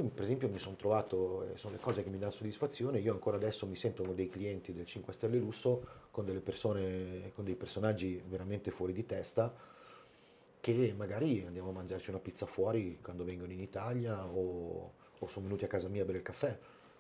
per esempio mi sono trovato, sono le cose che mi danno soddisfazione, io ancora adesso mi sento uno dei clienti del 5 Stelle Lusso con delle persone, con dei personaggi veramente fuori di testa, che magari andiamo a mangiarci una pizza fuori quando vengono in Italia o sono venuti a casa mia a bere il caffè.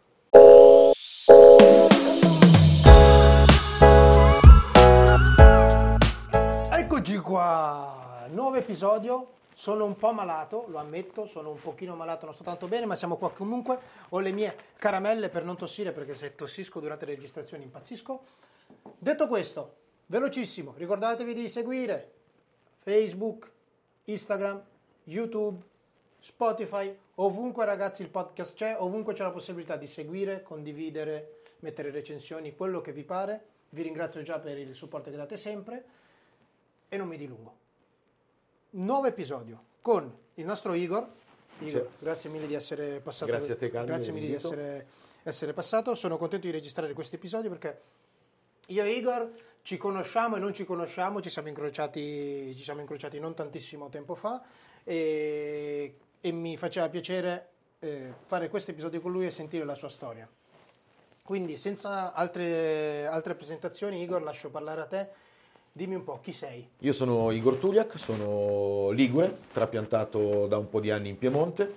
Eccoci qua, nuovo episodio. Sono un po' malato, lo ammetto, sono un pochino malato, non sto tanto bene, ma siamo qua comunque. Ho le mie caramelle per non tossire, perché se tossisco durante le registrazioni impazzisco. Detto questo, velocissimo, ricordatevi di seguire Facebook, Instagram, YouTube, Spotify, ovunque ragazzi il podcast c'è, ovunque c'è la possibilità di seguire, condividere, mettere recensioni, quello che vi pare. Vi ringrazio già per il supporto che date sempre e non mi dilungo. Nuovo episodio con il nostro Igor. Igor, Sì. Grazie mille di essere passato. Grazie a te, Carmine, Grazie mille di dell'invito. essere passato. Sono contento di registrare questo episodio perché io e Igor ci conosciamo e non ci conosciamo, ci siamo incrociati non tantissimo tempo fa e mi faceva piacere fare questo episodio con lui e sentire la sua storia. Quindi senza altre presentazioni, Igor, lascio parlare a te. Dimmi un po' chi sei. Io sono Igor Tuliak, sono ligure, trapiantato da un po' di anni in Piemonte,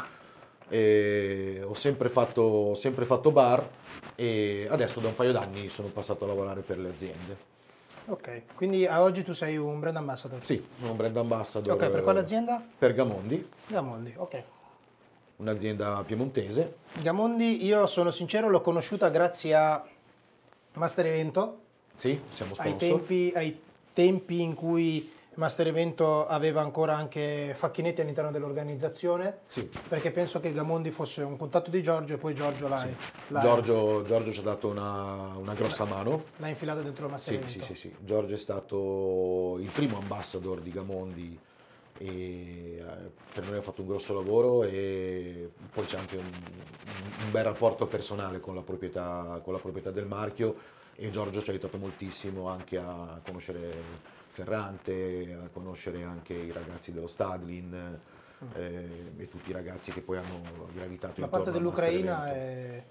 e ho sempre fatto bar e adesso da un paio d'anni sono passato a lavorare per le aziende. Ok, quindi a oggi tu sei un brand ambassador. Sì, sono un brand ambassador. Ok, per quale azienda? Per Gamondi, Gamondi, ok. un'azienda piemontese. Gamondi, io sono sincero, l'ho conosciuta grazie a Master Evento, Sì, siamo ai sponsor. tempi in cui Master Evento aveva ancora anche facchinetti all'interno dell'organizzazione, Sì. perché penso che Gamondi fosse un contatto di Giorgio e poi Giorgio Giorgio ci ha dato una grossa mano. l'ha infilato dentro Master Sì, Evento. sì. Giorgio è stato il primo ambassador di Gamondi e per noi ha fatto un grosso lavoro e poi c'è anche un bel rapporto personale con la proprietà del marchio e Giorgio ci ha aiutato moltissimo anche a conoscere Ferrante, a conoscere anche i ragazzi dello Stadlin e tutti i ragazzi che poi hanno gravitato La intorno parte al Master dell'Ucraina Evento.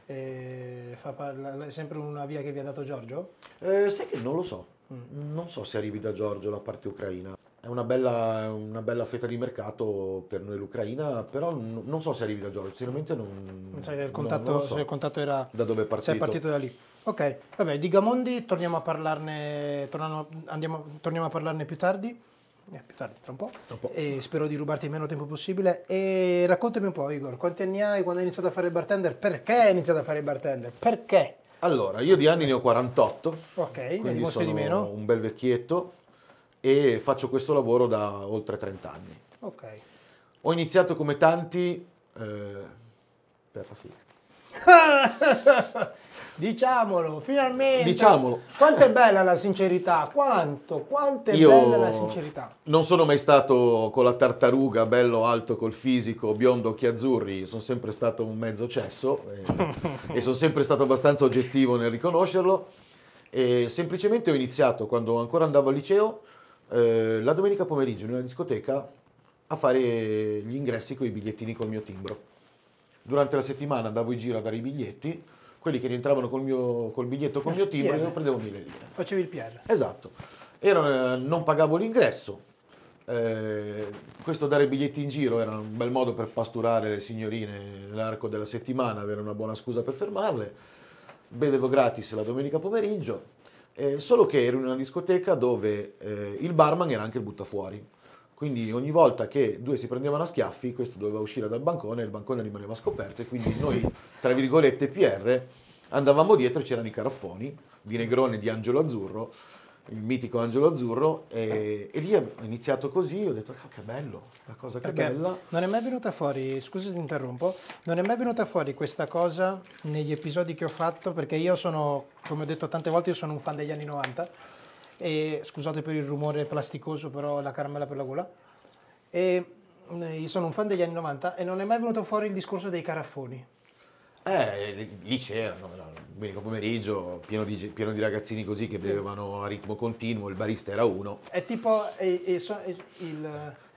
è sempre una via che vi ha dato Giorgio? Sai che non lo so, non so se arrivi da Giorgio la parte ucraina. È una bella fetta di mercato per noi l'Ucraina, però non so se arrivi da Giorgio, sinceramente Non sai se il non contatto, lo so se il contatto era, da dove è se è partito da lì. Ok, vabbè, di Gamondi torniamo a parlarne più tardi tra un po', Tra un po'. e spero di rubarti il meno tempo possibile. E raccontami un po', Igor, quanti anni hai, quando hai iniziato a fare il bartender, perché hai iniziato a fare il bartender, perché? Allora, io di anni ne ho 48, Ok, ne quindi dimostri sono di meno. un bel vecchietto e faccio questo lavoro da oltre 30 anni. Ok. Ho iniziato come tanti per la figa. Diciamolo, finalmente. Diciamolo. Quanto è bella la sincerità, quanto è Io bella la sincerità. non sono mai stato con la tartaruga, bello alto col fisico, biondo, occhi azzurri, sono sempre stato un mezzo cesso e sono sempre stato abbastanza oggettivo nel riconoscerlo. E semplicemente ho iniziato quando ancora andavo al liceo, la domenica pomeriggio in una discoteca a fare gli ingressi con i bigliettini col mio timbro. Durante la settimana andavo in giro a dare i biglietti, quelli che rientravano col biglietto col mio timbro, io prendevo 1000 lire. Facevi il PR. Esatto. Non pagavo l'ingresso. Questo dare biglietti in giro era un bel modo per pasturare le signorine nell'arco della settimana, avere una buona scusa per fermarle. Bevevo gratis la domenica pomeriggio, solo che ero in una discoteca dove il barman era anche il buttafuori. Quindi ogni volta che due si prendevano a schiaffi, questo doveva uscire dal bancone e il bancone rimaneva scoperto e quindi noi, tra virgolette, PR, andavamo dietro e c'erano i caraffoni di Negrone e di Angelo Azzurro, il mitico Angelo Azzurro, e lì ho iniziato così, ho detto che bello, la cosa che Perché bella. non è mai venuta fuori, scusa se ti interrompo, non è mai venuta fuori questa cosa negli episodi che ho fatto, perché io sono, come ho detto tante volte, io sono un fan degli anni 90, e scusate per il rumore plasticoso, però è la caramella per la gola, e io sono un fan degli anni 90 e non è mai venuto fuori il discorso dei caraffoni. Lì c'erano, domenica pomeriggio, pieno di ragazzini così che bevevano a ritmo continuo, il barista era uno. È tipo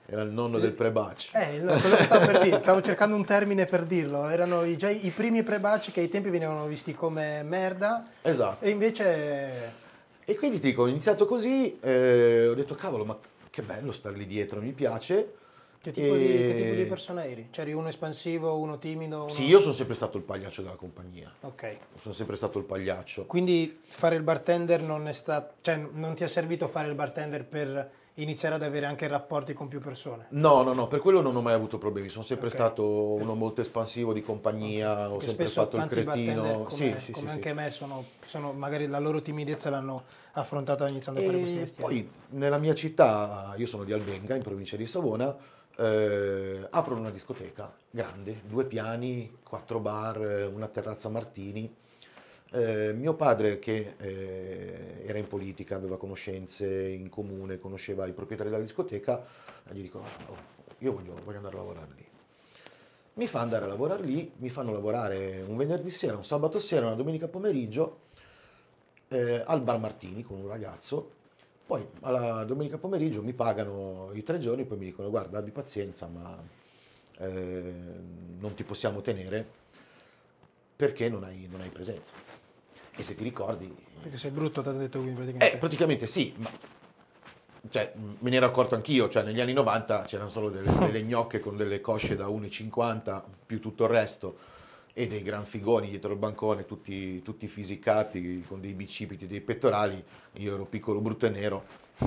Era il nonno del pre-batch. No, quello che stavo per dire, stavo cercando un termine per dirlo, erano già i primi pre-batch che ai tempi venivano visti come merda, Esatto. e invece... E quindi ti dico, ho iniziato così, ho detto cavolo, ma che bello star lì dietro, mi piace. Che tipo di persona eri? C'eri uno espansivo, uno timido? Uno... Sì, io sono sempre stato il pagliaccio della compagnia. Ok. Sono sempre stato il pagliaccio. Quindi fare il bartender non è stato, cioè non ti è servito fare il bartender per iniziare ad avere anche rapporti con più persone? No, per quello non ho mai avuto problemi. Sono sempre Ok. stato uno molto espansivo di compagnia, ho Perché sempre spesso fatto il tanti cretino. bartender come anche me magari la loro timidezza l'hanno affrontata iniziando a fare questi E mestieri. poi nella mia città, io sono di Albenga, in provincia di Savona, aprono una discoteca grande, 2 piani, 4 bar, una terrazza Martini. Mio padre, che era in politica, aveva conoscenze in comune, conosceva i proprietari della discoteca, gli dico: "Oh, io voglio andare a lavorare lì." Mi fa andare a lavorare lì, mi fanno lavorare un venerdì sera, un sabato sera, una domenica pomeriggio al Bar Martini con un ragazzo. Poi alla domenica pomeriggio mi pagano i 3 giorni, poi mi dicono: "Guarda, abbi pazienza, ma non ti possiamo tenere perché non hai presenza." E se ti ricordi, Perché sei brutto, ti ha detto lui praticamente. praticamente sì, ma cioè, me ne ero accorto anch'io, cioè negli anni 90 c'erano solo delle gnocche con delle cosce da 1,50 più tutto il resto e dei gran figoni dietro il bancone, tutti fisicati con dei bicipiti e dei pettorali. Io ero piccolo, brutto e nero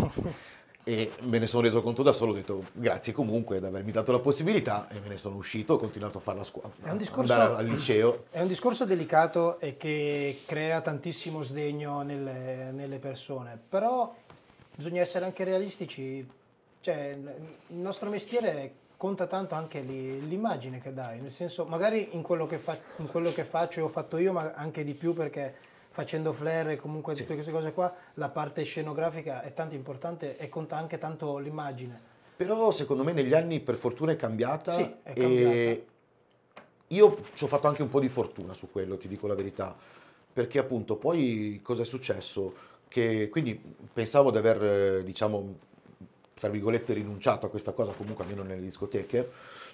e me ne sono reso conto da solo, ho detto grazie comunque ad avermi dato la possibilità e me ne sono uscito, ho continuato a fare la scuola, andare al liceo. È un discorso delicato e che crea tantissimo sdegno nelle persone, però bisogna essere anche realistici, cioè il nostro mestiere conta tanto anche l'immagine che dai, nel senso magari in quello che faccio e ho fatto io, ma anche di più perché facendo flare e comunque tutte queste cose qua, la parte scenografica è tanto importante e conta anche tanto l'immagine. Però secondo me negli anni per fortuna è cambiata, Sì, è e io ci ho fatto anche un po' di fortuna su quello, ti dico la verità, perché appunto poi cosa è successo? Che quindi pensavo di aver, diciamo, tra virgolette, rinunciato a questa cosa, comunque almeno nelle discoteche,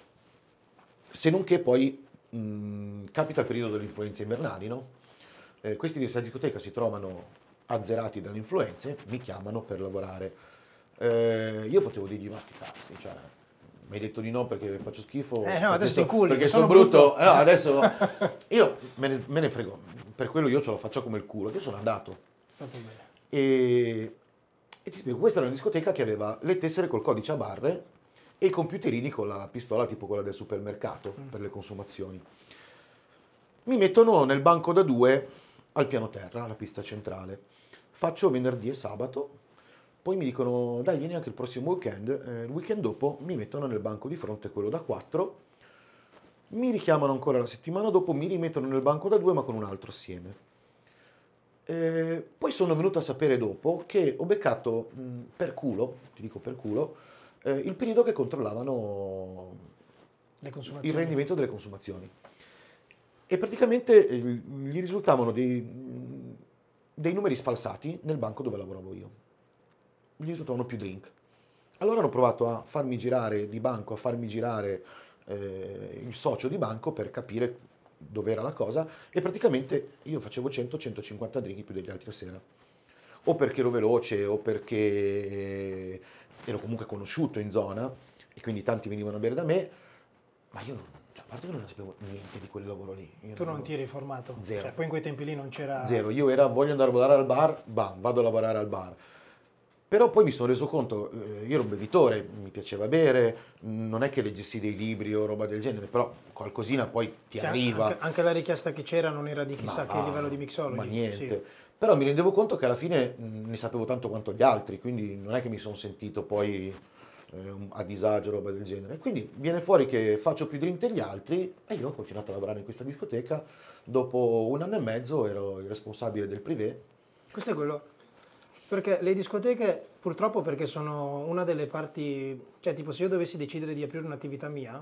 se non che poi capita il periodo delle influenze invernali, no? Questi di questa discoteca si trovano azzerati dalle influenze, mi chiamano per lavorare. Io potevo dirgli: "Ma sti cazzi, cioè, mi hai detto di no perché faccio schifo, no, adesso ti inculi, perché sono sono brutto. brutto." No, adesso io me ne frego, per quello io ce lo faccio come il culo, io sono andato. Proprio bene. E ti spiego, questa era una discoteca che aveva le tessere col codice a barre e i computerini con la pistola tipo quella del supermercato per le consumazioni. Mi mettono nel banco da 2 al piano terra, alla pista centrale. Faccio venerdì e sabato, poi mi dicono: "Dai, vieni anche il prossimo weekend." Il weekend dopo mi mettono nel banco di fronte, quello da 4, mi richiamano ancora la settimana dopo, mi rimettono nel banco da 2 ma con un altro assieme. Poi sono venuto a sapere dopo che ho beccato per culo, ti dico per culo, il periodo che controllavano Le il consumazioni. rendimento delle consumazioni. E praticamente gli risultavano dei numeri sfalsati nel banco dove lavoravo io. Gli risultavano più drink. Allora hanno provato a farmi girare di banco, a farmi girare il socio di banco per capire dove era la cosa, e praticamente io facevo 100-150 drink più degli altri a sera. O perché ero veloce o perché ero comunque conosciuto in zona e quindi tanti venivano a bere da me, ma io non, cioè, a parte che non ne sapevo niente di quel lavoro lì. Io Tu non ti eri formato? Zero. Cioè, poi in quei tempi lì non c'era... Zero, io voglio andare a lavorare al bar, bam, vado a lavorare al bar. Però poi mi sono reso conto, io ero un bevitore, mi piaceva bere, non è che leggessi dei libri o roba del genere, però qualcosina poi ti Cioè, arriva. anche la richiesta che c'era non era di chissà Ma che no, livello di mixology. ma niente. Sì. Però mi rendevo conto che alla fine ne sapevo tanto quanto gli altri, quindi non è che mi sono sentito poi a disagio, roba del genere. Quindi viene fuori che faccio più drink degli altri e io ho continuato a lavorare in questa discoteca. Dopo 1 anno e mezzo ero il responsabile del privé. Questo è quello. Perché le discoteche, purtroppo, perché sono una delle parti, cioè tipo se io dovessi decidere di aprire un'attività mia,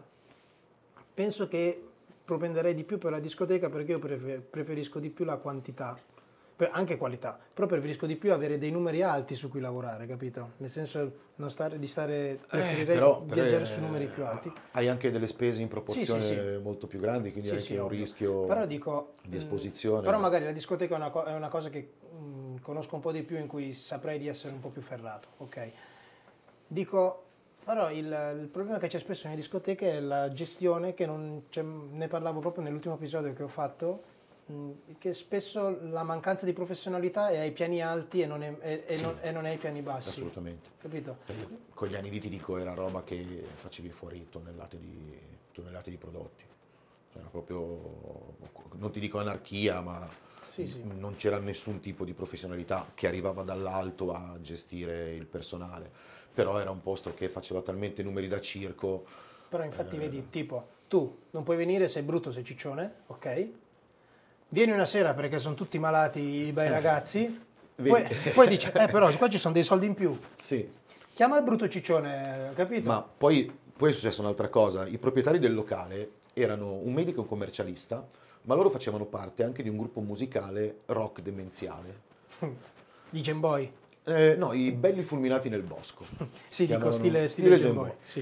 penso che propenderei di più per la discoteca perché io preferisco di più la quantità anche qualità, però preferisco di più avere dei numeri alti su cui lavorare, capito? Nel senso preferirei però viaggiare su numeri più alti. hai anche delle spese in proporzione Sì. molto più grandi, quindi Sì, hai sì, anche un ovvio. rischio Però dico, di esposizione. però magari la discoteca è una cosa che conosco un po' di più, in cui saprei di essere un po' più ferrato, ok? Dico, però il problema che c'è spesso nelle discoteche è la gestione, che non, cioè, ne parlavo proprio nell'ultimo episodio che ho fatto, che spesso la mancanza di professionalità è ai piani alti e non è ai piani bassi. Assolutamente. Capito? Con gli anni lì ti dico, era roba che facevi fuori tonnellate di prodotti. Cioè, era proprio, non ti dico anarchia, ma Sì. non c'era nessun tipo di professionalità che arrivava dall'alto a gestire il personale. Però era un posto che faceva talmente numeri da circo. Però infatti vedi, tipo, tu non puoi venire, sei brutto, sei ciccione, ok? Vieni una sera perché sono tutti malati i bei ragazzi, poi dici, però qua ci sono dei soldi in più. Sì. Chiama il brutto ciccione, capito? Ma poi è successa un'altra cosa, i proprietari del locale erano un medico e un commercialista, ma loro facevano parte anche di un gruppo musicale rock demenziale. Di Game Boy. No, i belli fulminati nel bosco. Sì, dico Chiamavano stile Game Boy. Sì.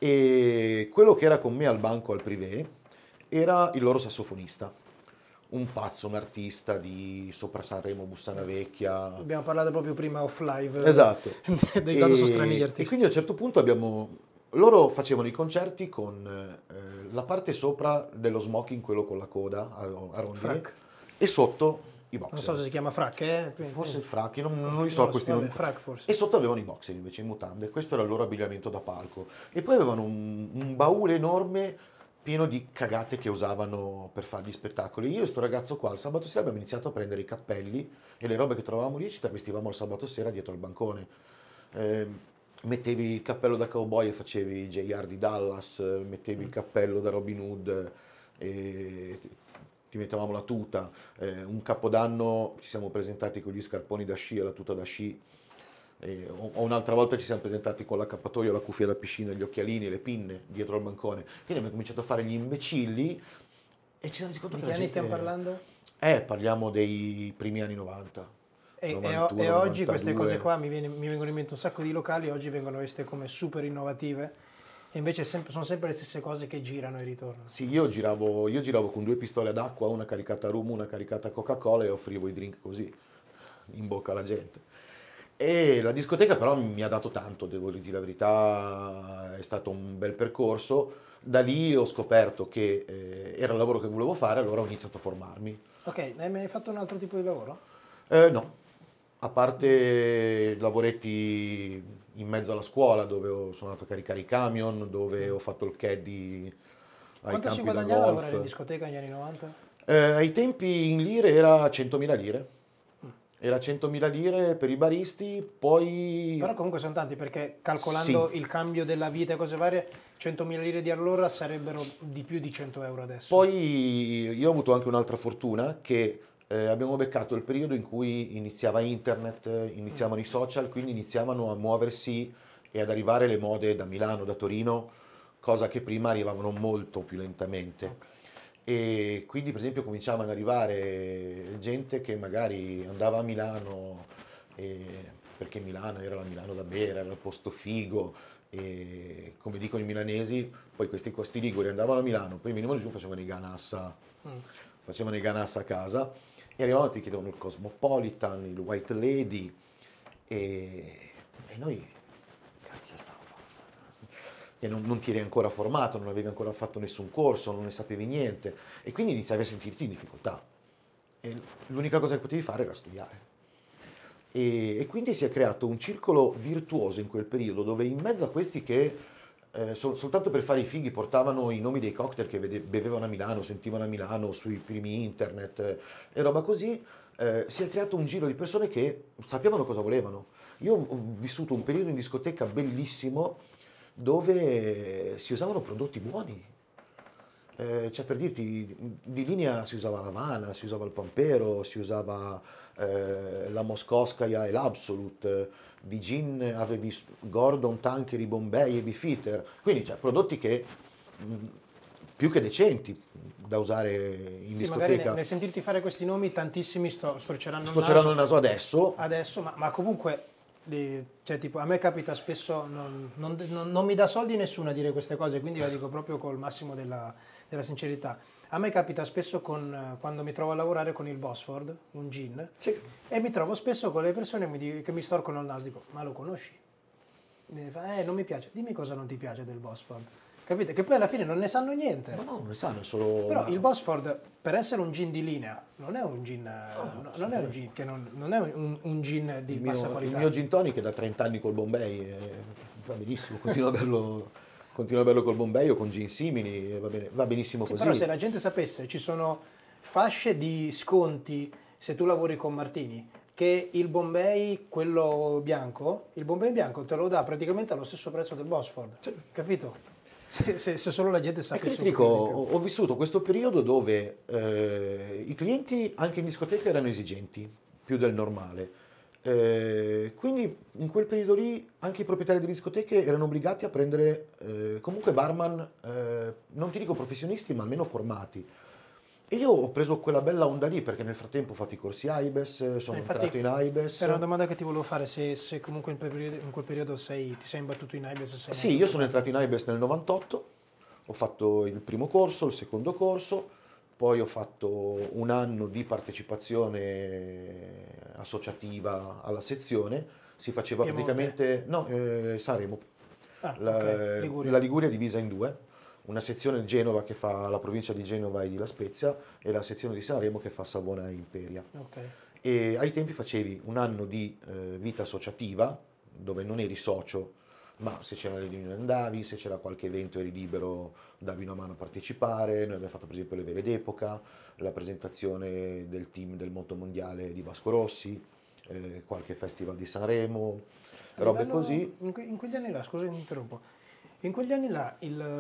E quello che era con me al banco al privé era il loro sassofonista, un pazzo, un artista di sopra Sanremo, Bussana Vecchia. Abbiamo parlato proprio prima off live. Esatto. Dei quando sono strani gli artisti. E quindi a un certo punto loro facevano i concerti con la parte sopra dello smoking, quello con la coda a rondine, Frac. e sotto i boxer. Non so se si chiama frac, Forse il frac, io non li so questi vabbè, nomi. frac forse. E sotto avevano i boxer invece, in mutande. Questo era il loro abbigliamento da palco. E poi avevano un baule enorme pieno di cagate che usavano per fare gli spettacoli. Io e sto ragazzo qua, il sabato sera abbiamo iniziato a prendere i cappelli e le robe che trovavamo lì, ci travestivamo il sabato sera dietro al bancone. Mettevi il cappello da cowboy e facevi JR di Dallas, mettevi il cappello da Robin Hood e ti mettevamo la tuta. Un capodanno ci siamo presentati con gli scarponi da sci e la tuta da sci. O un'altra volta ci siamo presentati con l'accappatoio, la cuffia da piscina, gli occhialini, le pinne dietro al bancone. Quindi abbiamo cominciato a fare gli imbecilli e ci siamo resi conto Di che che la anni gente... stiamo parlando? Parliamo dei primi anni 90. E 91, oggi 92. queste cose qua mi vengono in mente un sacco di locali, oggi vengono viste come super innovative, e invece sono sempre le stesse cose che girano e ritornano. Sì, io giravo con 2 pistole ad acqua, una caricata rum, una caricata Coca-Cola, e offrivo i drink così, in bocca alla gente. E la discoteca però mi ha dato tanto, devo dire la verità, è stato un bel percorso. Da lì ho scoperto che era il lavoro che volevo fare, allora ho iniziato a formarmi. Ok, hai mai fatto un altro tipo di lavoro? No, a parte lavoretti in mezzo alla scuola, dove sono andato a caricare i camion, dove ho fatto il caddy ai Quanto si campi da guadagnava a lavorare in golf. discoteca negli anni 90? Ai tempi in lire era 100.000 lire. Era 100.000 lire per i baristi, poi... Però comunque sono tanti, perché calcolando Sì. il cambio della vita e cose varie, 100.000 lire di allora sarebbero di più di 100 euro adesso. Poi io ho avuto anche un'altra fortuna, che abbiamo beccato il periodo in cui iniziava internet, iniziavano i social, quindi iniziavano a muoversi e ad arrivare le mode da Milano, da Torino, cosa che prima arrivavano molto più lentamente. E quindi per esempio cominciava ad arrivare gente che magari andava a Milano perché Milano era la Milano da bere, era il posto figo, e come dicono i milanesi, poi questi liguri andavano a Milano, poi venivano giù, facevano i ganas a casa e arrivavano e ti chiedevano il Cosmopolitan, il White Lady, e noi cazzo stavamo che non ti eri ancora formato, non avevi ancora fatto nessun corso, non ne sapevi niente, e quindi iniziavi a sentirti in difficoltà. E l'unica cosa che potevi fare era studiare. E quindi si è creato un circolo virtuoso in quel periodo, dove in mezzo a questi che soltanto per fare i fighi portavano i nomi dei cocktail che bevevano a Milano, sentivano a Milano sui primi internet e roba così, si è creato un giro di persone che sapevano cosa volevano. Io ho vissuto un periodo in discoteca bellissimo, dove si usavano prodotti buoni. Cioè, per dirti, di linea si usava l'Havana, si usava il Pampero, si usava la Moskovskaya e l'Absolute, di gin avevi Gordon, Tanqueray, Bombay e Beefeater, quindi cioè, prodotti che più che decenti da usare in Sì, magari discoteca. nel sentirti fare questi nomi tantissimi storceranno Storceranno il naso adesso. ma comunque cioè, tipo, a me capita spesso, non mi dà soldi nessuno a dire queste cose, quindi la dico proprio col massimo della sincerità. A me capita spesso quando mi trovo a lavorare con il Bosford, un gin, Sì. e mi trovo spesso con le persone che mi storcono il naso, dico, ma lo conosci? Non mi piace, dimmi cosa non ti piace del Bosford. Capite? Che poi alla fine non ne sanno niente. Ma no, non ne sanno, è solo... Però il Bosford, per essere un gin di linea, non è un gin, non è un gin che non è un gin di bassa il qualità. mio gin tonic è da 30 anni col Bombay, va benissimo, continua a berlo col Bombay o con gin simili, va benissimo Sì, così. però se la gente sapesse, ci sono fasce di sconti se tu lavori con Martini, che il Bombay, quello bianco, il Bombay bianco te lo dà praticamente allo stesso prezzo del Bosford, Sì. capito? Se solo la gente E sapesse quindi ti dico, ho vissuto questo periodo dove i clienti anche in discoteca erano esigenti, più del normale. Quindi in quel periodo lì anche i proprietari di discoteche erano obbligati a prendere comunque barman, non ti dico professionisti, ma almeno formati. E io ho preso quella bella onda lì perché nel frattempo ho fatto i corsi AIBES, sono Infatti, entrato in AIBES. era una domanda che ti volevo fare, se comunque in quel periodo ti sei imbattuto in IBES. Sì, io sono entrato in AIBES nel 98, ho fatto il primo corso, il secondo corso, poi ho fatto un anno di partecipazione associativa alla sezione, si faceva Piemonte? praticamente, no, Sanremo. Ok, Liguria. La Liguria è divisa in due, una sezione di Genova che fa la provincia di Genova e di La Spezia e la sezione di Sanremo che fa Savona e Imperia. Ok. E ai tempi facevi un anno di vita associativa dove non eri socio, ma se c'era le riunioni andavi, se c'era qualche evento eri libero, davi una mano a partecipare. Noi abbiamo fatto per esempio le vele d'epoca, la presentazione del team del motomondiale di Vasco Rossi, qualche festival di Sanremo, A robe livello- così. in quegli anni là, scusa, mi interrompo. In quegli anni là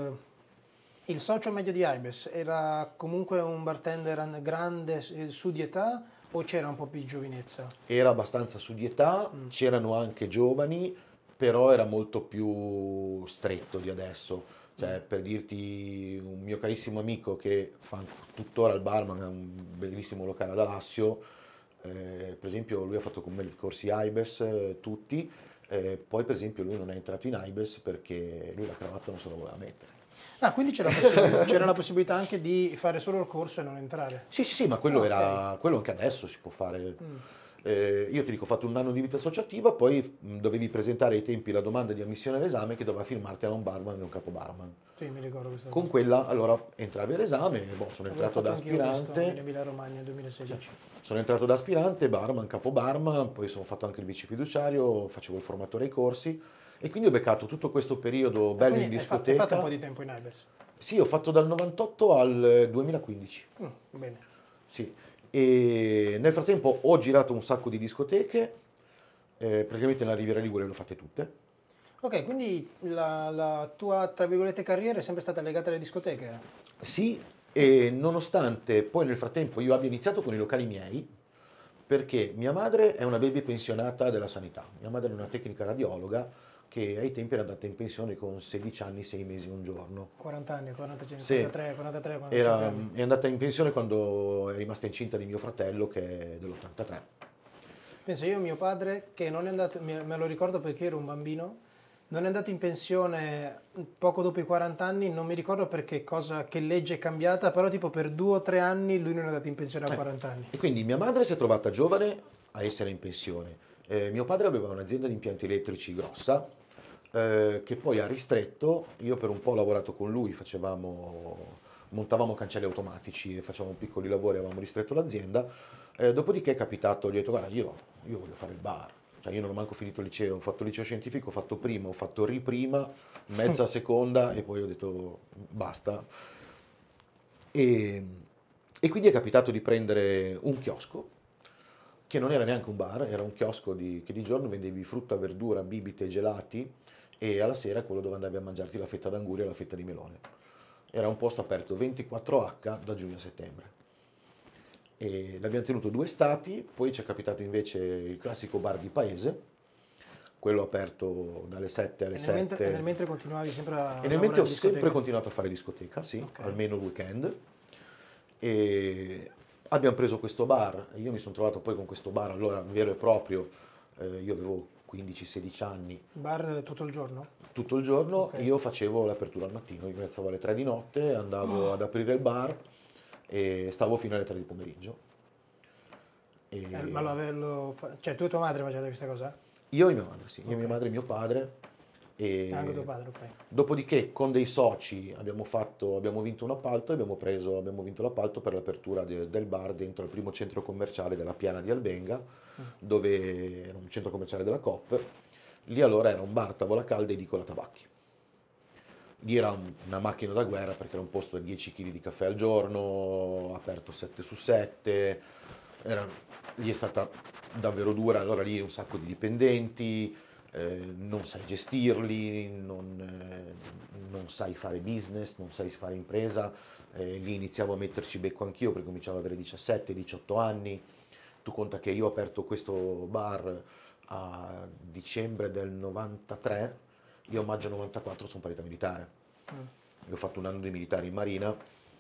il socio medio di IBES era comunque un bartender grande su di età o c'era un po' più di giovinezza? Era abbastanza su di età, c'erano anche giovani, però era molto più stretto di adesso. Cioè, per dirti, un mio carissimo amico che fa tuttora il barman, ha un bellissimo locale ad Alassio, per esempio lui ha fatto con me i corsi AIBES, tutti, poi per esempio lui non è entrato in AIBES perché lui la cravatta non se la voleva mettere. Ah, quindi c'era la possibilità anche di fare solo il corso e non entrare. Sì, sì, sì, ma quello Ok. era, quello anche adesso si può fare. Io ti dico, ho fatto un anno di vita associativa, poi dovevi presentare ai tempi la domanda di ammissione all'esame che doveva firmarti a un barman e un capo barman. Sì, mi ricordo questa Con cosa. quella, allora, entravi all'esame, sono Avevo entrato da fatto anch'io questo in aspirante, Emilia Romagna nel 2016. sono entrato da aspirante, barman, capo barman, poi sono fatto anche il vice fiduciario, facevo il formatore ai corsi e quindi ho beccato tutto questo periodo bello in Quindi hai fatto un po' discoteca. di tempo in IBES. Sì, ho fatto dal 98 al 2015. Bene. Sì, e nel frattempo ho girato un sacco di discoteche, praticamente nella Riviera Ligure le ho fatte tutte. Ok, quindi la tua, tra virgolette, carriera è sempre stata legata alle discoteche? Sì, e nonostante poi nel frattempo io abbia iniziato con i locali miei, perché mia madre è una baby pensionata della sanità, mia madre è una tecnica radiologa che ai tempi era andata in pensione con 16 anni, 6 mesi e un giorno. 40 anni, 40, Sì. 43, 45 Era, anni. è andata in pensione quando è rimasta incinta di mio fratello che è dell'83. Penso io, mio padre, che non è andato, me lo ricordo perché ero un bambino, non è andato in pensione poco dopo i 40 anni, non mi ricordo perché che legge è cambiata, però tipo per 2 o 3 anni lui non è andato in pensione a 40 anni. E quindi mia madre si è trovata giovane a essere in pensione. Mio padre aveva un'azienda di impianti elettrici grossa, che poi ha ristretto. Io per un po' ho lavorato con lui, montavamo cancelli automatici e facevamo piccoli lavori, avevamo ristretto l'azienda. Dopodiché è capitato, gli ho detto guarda, io voglio fare il bar. Cioè io non ho manco finito il liceo, ho fatto il liceo scientifico, ho fatto prima, ho fatto riprima, mezza seconda e poi ho detto basta. E quindi è capitato di prendere un chiosco, che non era neanche un bar, era un chiosco che di giorno vendevi frutta, verdura, bibite, gelati e alla sera è quello dove andavi a mangiarti la fetta d'anguria e la fetta di melone. Era un posto aperto 24H da giugno a settembre. E l'abbiamo tenuto 2 estati, poi ci è capitato invece il classico bar di paese, quello aperto dalle 7 alle 7. E nel mentre continuavi sempre a E nel lavorare mentre ho in discoteca? sempre continuato a fare discoteca, sì, Ok. almeno il weekend. e abbiamo preso questo bar. Io mi sono trovato poi con questo bar, allora vero e proprio, io avevo 15-16 anni. Bar tutto il giorno? Tutto il giorno, Ok. io facevo l'apertura al mattino, io mi alzavo alle 3 di notte, andavo ad aprire il bar e stavo fino alle 3 di pomeriggio. E Ma cioè tu e tua madre facevate questa cosa? io e mia madre, sì, io, Ok. mia madre e mio padre. E anche E tuo padre, ok. dopodiché con dei soci abbiamo vinto un appalto e abbiamo vinto l'appalto per l'apertura del bar dentro il primo centro commerciale della Piana di Albenga, dove era un centro commerciale della Coop. Lì allora era un bar, tavola calda e edicola tabacchi. Lì era una macchina da guerra perché era un posto da 10 kg di caffè al giorno, aperto 7 su 7, lì è stata davvero dura, allora lì un sacco di dipendenti, non sai gestirli, non sai fare business, non sai fare impresa, lì iniziavo a metterci becco anch'io perché cominciavo ad avere 17-18 anni. Tu conta che io ho aperto questo bar a dicembre del 93, io a maggio 94 sono partita militare. Io ho fatto un anno di militare in marina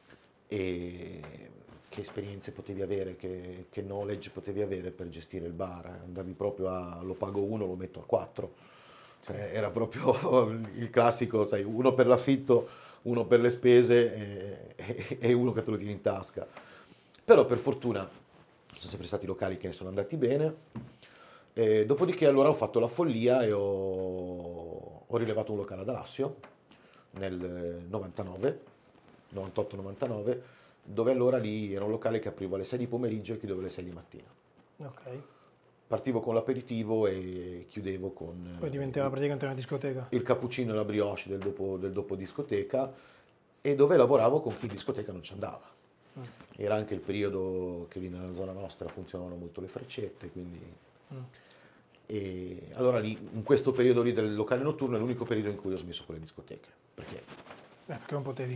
e che esperienze potevi avere, che knowledge potevi avere per gestire il bar. Andavi proprio lo pago uno, lo metto a 4. Cioè, era proprio il classico, sai, uno per l'affitto, uno per le spese e uno che te lo tieni in tasca. Però per fortuna sono sempre stati locali che sono andati bene. E dopodiché allora ho fatto la follia e ho rilevato un locale ad Alassio nel 99, 98-99, dove allora lì era un locale che aprivo alle 6 di pomeriggio e chiudevo alle 6 di mattina. Ok. Partivo con l'aperitivo e chiudevo con Poi diventava praticamente una discoteca. il cappuccino e la brioche del dopo discoteca, e dove lavoravo con chi in discoteca non ci andava. Era anche il periodo che lì nella zona nostra funzionavano molto le freccette, quindi... E allora lì, in questo periodo lì del locale notturno è l'unico periodo in cui ho smesso con le discoteche, Perché non potevi.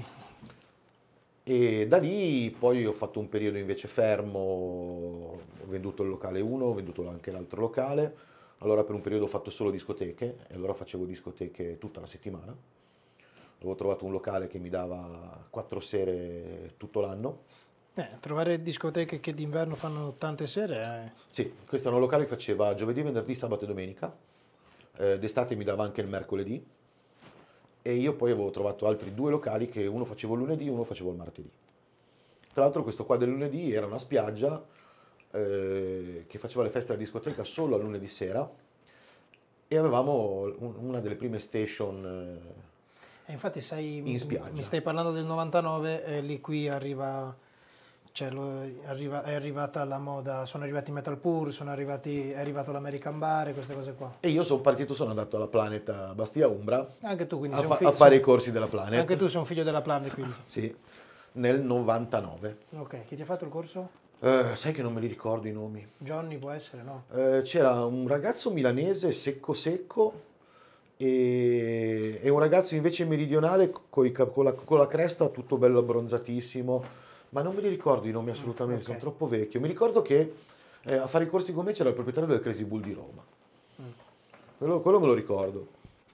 e da lì poi ho fatto un periodo invece fermo, ho venduto il locale 1, ho venduto anche l'altro locale, allora per un periodo ho fatto solo discoteche e allora facevo discoteche tutta la settimana. Avevo trovato un locale che mi dava 4 sere tutto l'anno. Trovare discoteche che d'inverno fanno tante sere. Sì, questo era un locale che faceva giovedì, venerdì, sabato e domenica. D'estate mi dava anche il mercoledì. E io poi avevo trovato altri 2 locali che uno facevo il lunedì e uno facevo il martedì. Tra l'altro questo qua del lunedì era una spiaggia che faceva le feste alla discoteca solo al lunedì sera e avevamo una delle prime station Infatti in spiaggia. mi stai parlando del 99 e lì qui arriva, cioè è arrivata la moda, sono arrivati i Metal Pur, è arrivato l'American Bar e queste cose qua. E io sono andato alla Planet a Bastia Umbra Anche tu quindi a fare i corsi della Planet. Anche tu sei un figlio della Planet quindi. Sì, nel 99. Ok, chi ti ha fatto il corso? Sai che non me li ricordo i nomi. Johnny può essere, no? C'era un ragazzo milanese secco secco e un ragazzo invece meridionale con la cresta tutto bello abbronzatissimo, ma non me li ricordo i nomi assolutamente, ok. sono troppo vecchio. Mi ricordo che a fare i corsi con me c'era il proprietario del Crazy Bull di Roma. Quello me lo ricordo.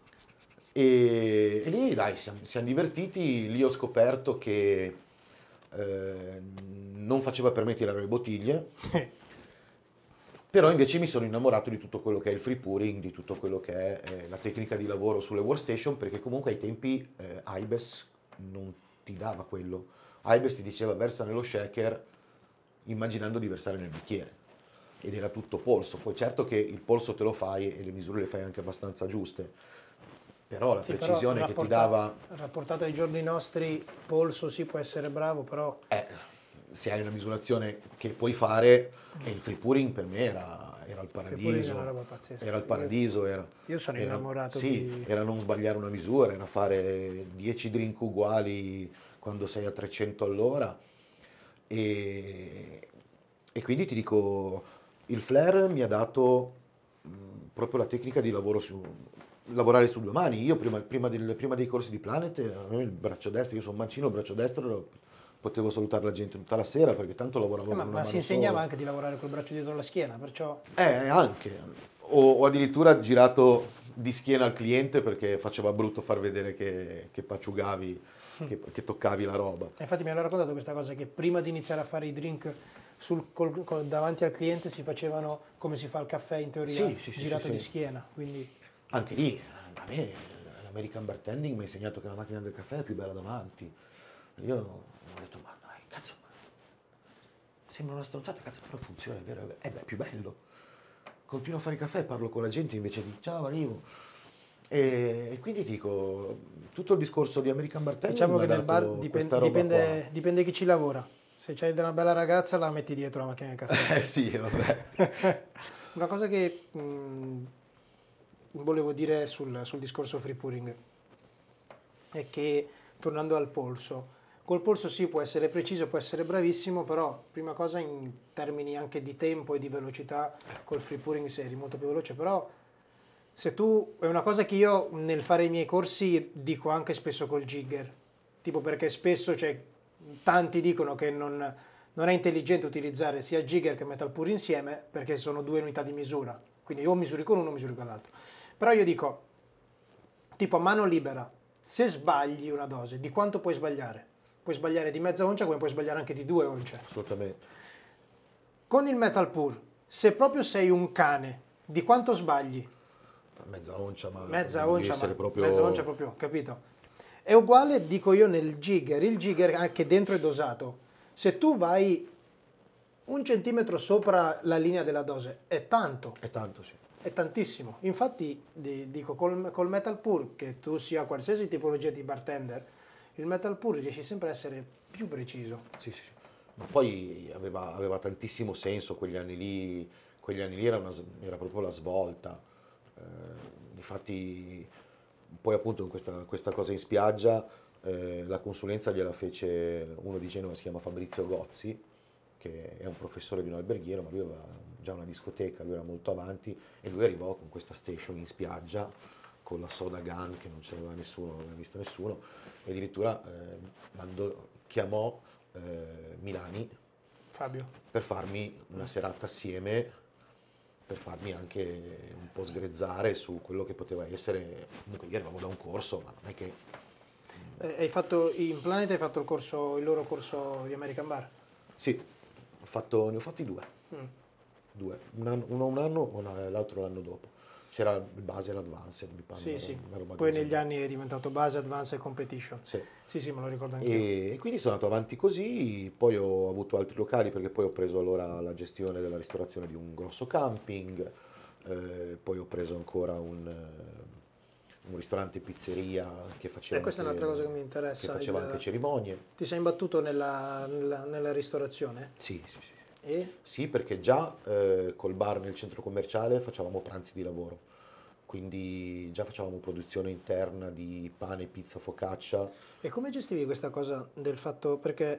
E lì dai, siamo divertiti, lì ho scoperto che non faceva per me tirare le bottiglie, però invece mi sono innamorato di tutto quello che è il free pouring, di tutto quello che è la tecnica di lavoro sulle workstation, perché comunque ai tempi Aibes non ti dava quello. Aibes ti diceva versa nello shaker immaginando di versare nel bicchiere ed era tutto polso. Poi certo che il polso te lo fai e le misure le fai anche abbastanza giuste, però la precisione che ti dava... Rapportato ai giorni nostri, polso sì può essere bravo, però... se hai una misurazione che puoi fare, e il free pouring per me era il paradiso. È una roba pazzesca. Era il paradiso. Io sono innamorato sì, era non sbagliare una misura, era fare 10 drink uguali quando sei a 300 all'ora. E quindi ti dico, il Flair mi ha dato proprio la tecnica di lavorare su 2 mani. Io prima dei corsi di Planet, avevo il braccio destro, io sono mancino, il braccio destro potevo salutare la gente tutta la sera perché tanto lavoravo con una mano ma si insegnava sola. anche di lavorare col braccio dietro la schiena, perciò... Anche. Ho addirittura girato di schiena al cliente perché faceva brutto far vedere che pacciugavi che toccavi la roba. Infatti mi hanno raccontato questa cosa, che prima di iniziare a fare i drink davanti al cliente si facevano come si fa il caffè in teoria, girato di schiena. Quindi... Anche lì, a me l'American Bartending mi ha insegnato che la macchina del caffè è più bella davanti. Io ho detto, ma dai, cazzo, sembra una stronzata, cazzo, però funziona, è vero, è più bello. Continuo a fare il caffè e parlo con la gente invece di ciao, arrivo. E quindi dico, tutto il discorso di American Bartending, diciamo che nel bar dipende chi ci lavora. Se c'hai una bella ragazza la metti dietro la macchina del caffè. sì, vabbè. Una cosa che volevo dire sul discorso free pouring è che, tornando al polso, col polso sì, può essere preciso, può essere bravissimo, però prima cosa in termini anche di tempo e di velocità col free pouring sei molto più veloce, però se tu, è una cosa che io nel fare i miei corsi dico anche spesso col jigger, tipo perché spesso tanti dicono che non è intelligente utilizzare sia jigger che metal pour insieme perché sono due unità di misura, quindi o misuri con uno o misuri con l'altro. Però io dico, tipo a mano libera, se sbagli una dose, di quanto puoi sbagliare? Puoi sbagliare di mezza oncia come puoi sbagliare anche di 2 once. Assolutamente. Con il metal pour, se proprio sei un cane, di quanto sbagli? Mezza oncia, ma mezza devi oncia, essere proprio... mezza oncia proprio, capito? È uguale, dico io, nel jigger. Il jigger anche dentro è dosato. Se tu vai 1 centimetro sopra la linea della dose, è tanto. È tanto, sì. È tantissimo. Infatti, dico, col metal pour, che tu sia qualsiasi tipologia di bartender, il metal pour riesci sempre a essere più preciso. Sì. Ma poi aveva tantissimo senso quegli anni lì era proprio la svolta. Infatti poi appunto in questa cosa in spiaggia la consulenza gliela fece uno di Genova, si chiama Fabrizio Gozzi, che è un professore di un alberghiero, ma lui aveva già una discoteca, lui era molto avanti e lui arrivò con questa station in spiaggia con la soda gun che non c'aveva nessuno, non aveva visto nessuno, e addirittura chiamò Milani Fabio, per farmi una serata assieme, per farmi anche un po' sgrezzare su quello che poteva essere. Comunque io arrivavo da un corso, ma non è che... in Planet hai fatto il loro corso di American Bar? Sì, ne ho fatti 2. Due. Un anno, l'altro l'anno dopo. C'era il base e l'advanced, mi pare. Sì. Una roba Poi del negli genere. anni è diventato base, advanced e competition. Sì, me lo ricordo anch'io. E quindi sono andato avanti così, poi ho avuto altri locali perché poi ho preso allora la gestione della ristorazione di un grosso camping, poi ho preso ancora un ristorante pizzeria che faceva, questa è un'altra cosa che mi interessa. che faceva anche cerimonie. Ti sei imbattuto nella ristorazione? Sì. E? Sì, perché già col bar nel centro commerciale facevamo pranzi di lavoro, quindi già facevamo produzione interna di pane, pizza, focaccia. E come gestivi questa cosa del fatto, perché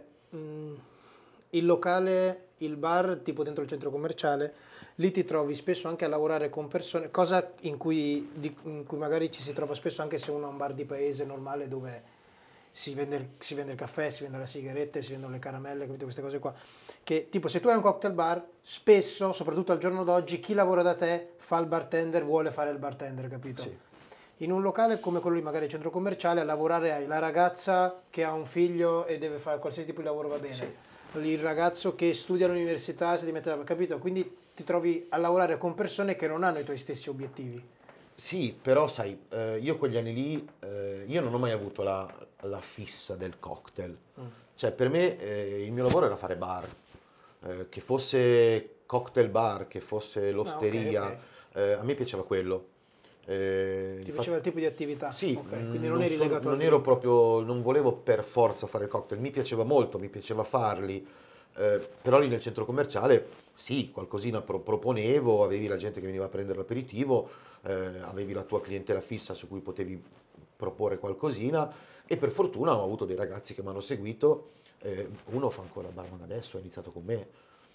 il locale, il bar, tipo dentro il centro commerciale, lì ti trovi spesso anche a lavorare con persone, cosa in cui magari ci si trova spesso anche se uno ha un bar di paese normale dove si vende il caffè, si vendono le sigarette, si vendono le caramelle, capito, queste cose qua. Che tipo se tu hai un cocktail bar, spesso, soprattutto al giorno d'oggi, chi lavora da te fa il bartender, vuole fare il bartender, capito? Sì. In un locale come quello lì, magari centro commerciale, a lavorare hai la ragazza che ha un figlio e deve fare qualsiasi tipo di lavoro, va bene. Sì. Il ragazzo che studia all'università, si deve capito? Quindi ti trovi a lavorare con persone che non hanno i tuoi stessi obiettivi. Sì, però sai, io quegli anni lì, io non ho mai avuto la fissa del cocktail. Cioè per me il mio lavoro era fare bar, che fosse cocktail bar, che fosse l'osteria, okay. A me piaceva quello. Ti piaceva il tipo di attività? Sì, quindi non eri legato non ero proprio, non volevo per forza fare il cocktail, mi piaceva molto, mi piaceva farli, però lì nel centro commerciale sì, qualcosina proponevo, avevi la gente che veniva a prendere l'aperitivo, avevi la tua clientela fissa su cui potevi proporre qualcosina e per fortuna ho avuto dei ragazzi che mi hanno seguito, uno fa ancora il barman adesso, ha iniziato con me,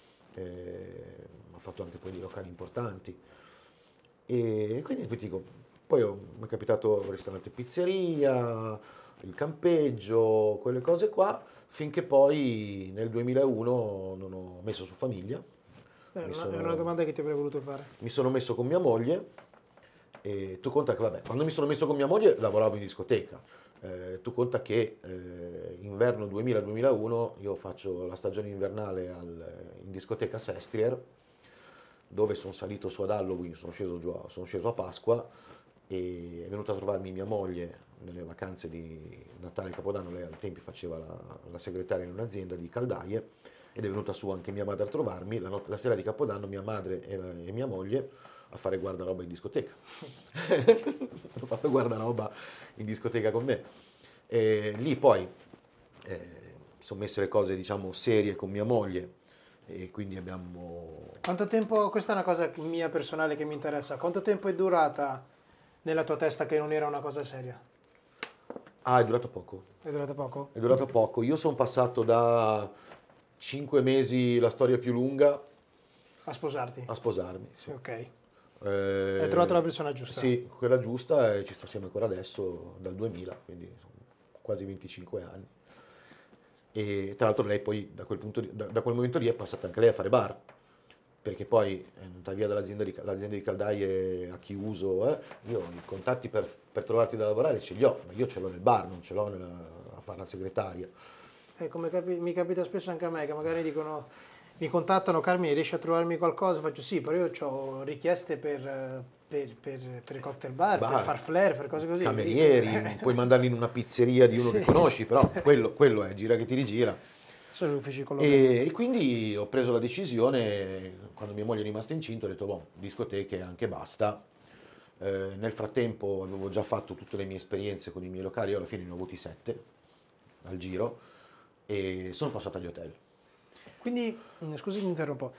ha fatto anche poi dei locali importanti. E quindi dico, poi mi è capitato il ristorante pizzeria, il campeggio, quelle cose qua, finché poi nel 2001 non ho messo su famiglia. È una domanda che ti avrei voluto fare. Mi sono messo con mia moglie e tu conta che vabbè, quando mi sono messo con mia moglie lavoravo in discoteca, Tu conta che inverno 2000-2001 io faccio la stagione invernale in discoteca Sestrier, dove sono salito su ad Halloween, sono sceso a Pasqua e è venuta a trovarmi mia moglie nelle vacanze di Natale e Capodanno. Lei ai tempi faceva la segretaria in un'azienda di caldaie ed è venuta su anche mia madre a trovarmi la sera di Capodanno, mia madre e mia moglie a fare guardaroba in discoteca. Ho fatto guardaroba in discoteca con me. E lì poi sono messe le cose, diciamo, serie con mia moglie e quindi abbiamo... Quanto tempo, questa è una cosa mia personale che mi interessa, quanto tempo è durata nella tua testa che non era una cosa seria? Ah, è durato poco. È durata poco? È durato poco. Io sono passato da 5 mesi, la storia più lunga, A sposarti? a sposarmi. Sì. Ok. Hai trovato la persona giusta? Sì, quella giusta e ci sto assieme ancora adesso, dal 2000, quindi sono quasi 25 anni. E tra l'altro lei poi da quel momento lì è passata anche lei a fare bar, perché poi è andata via l'azienda di caldaie a chiuso. Io i contatti per trovarti da lavorare ce li ho, ma io ce l'ho nel bar, non ce l'ho a fare la segretaria. Come mi capita spesso anche a me, che magari dicono, mi contattano, Carmine, riesci a trovarmi qualcosa? Faccio sì, però io ho richieste per i cocktail bar, per far flair, per cose così. Camerieri, puoi mandarli in una pizzeria di uno che conosci, però quello è gira che ti rigira. Sono gli uffici collocati. E quindi ho preso la decisione, quando mia moglie è rimasta incinta, ho detto, boh, discoteche anche basta. Nel frattempo avevo già fatto tutte le mie esperienze con i miei locali, io alla fine ne ho avuti 7 al giro e sono passato agli hotel. Quindi, scusi, ti interrompo,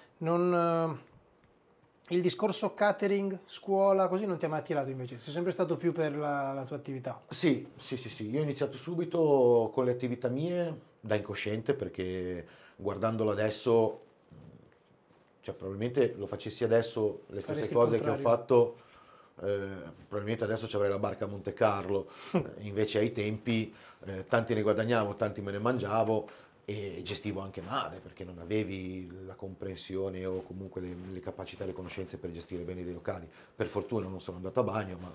il discorso catering, scuola, così non ti ha mai attirato invece? Sei sempre stato più per la tua attività? Sì. Io ho iniziato subito con le attività mie da incosciente, perché guardandolo adesso, cioè probabilmente lo facessi adesso le stesse Faresti il cose che ho contrario. fatto, probabilmente adesso ci avrei la barca a Monte Carlo. Invece ai tempi tanti ne guadagnavo, tanti me ne mangiavo e gestivo anche male perché non avevi la comprensione o comunque le capacità e le conoscenze per gestire bene dei locali. Per fortuna non sono andato a bagno, ma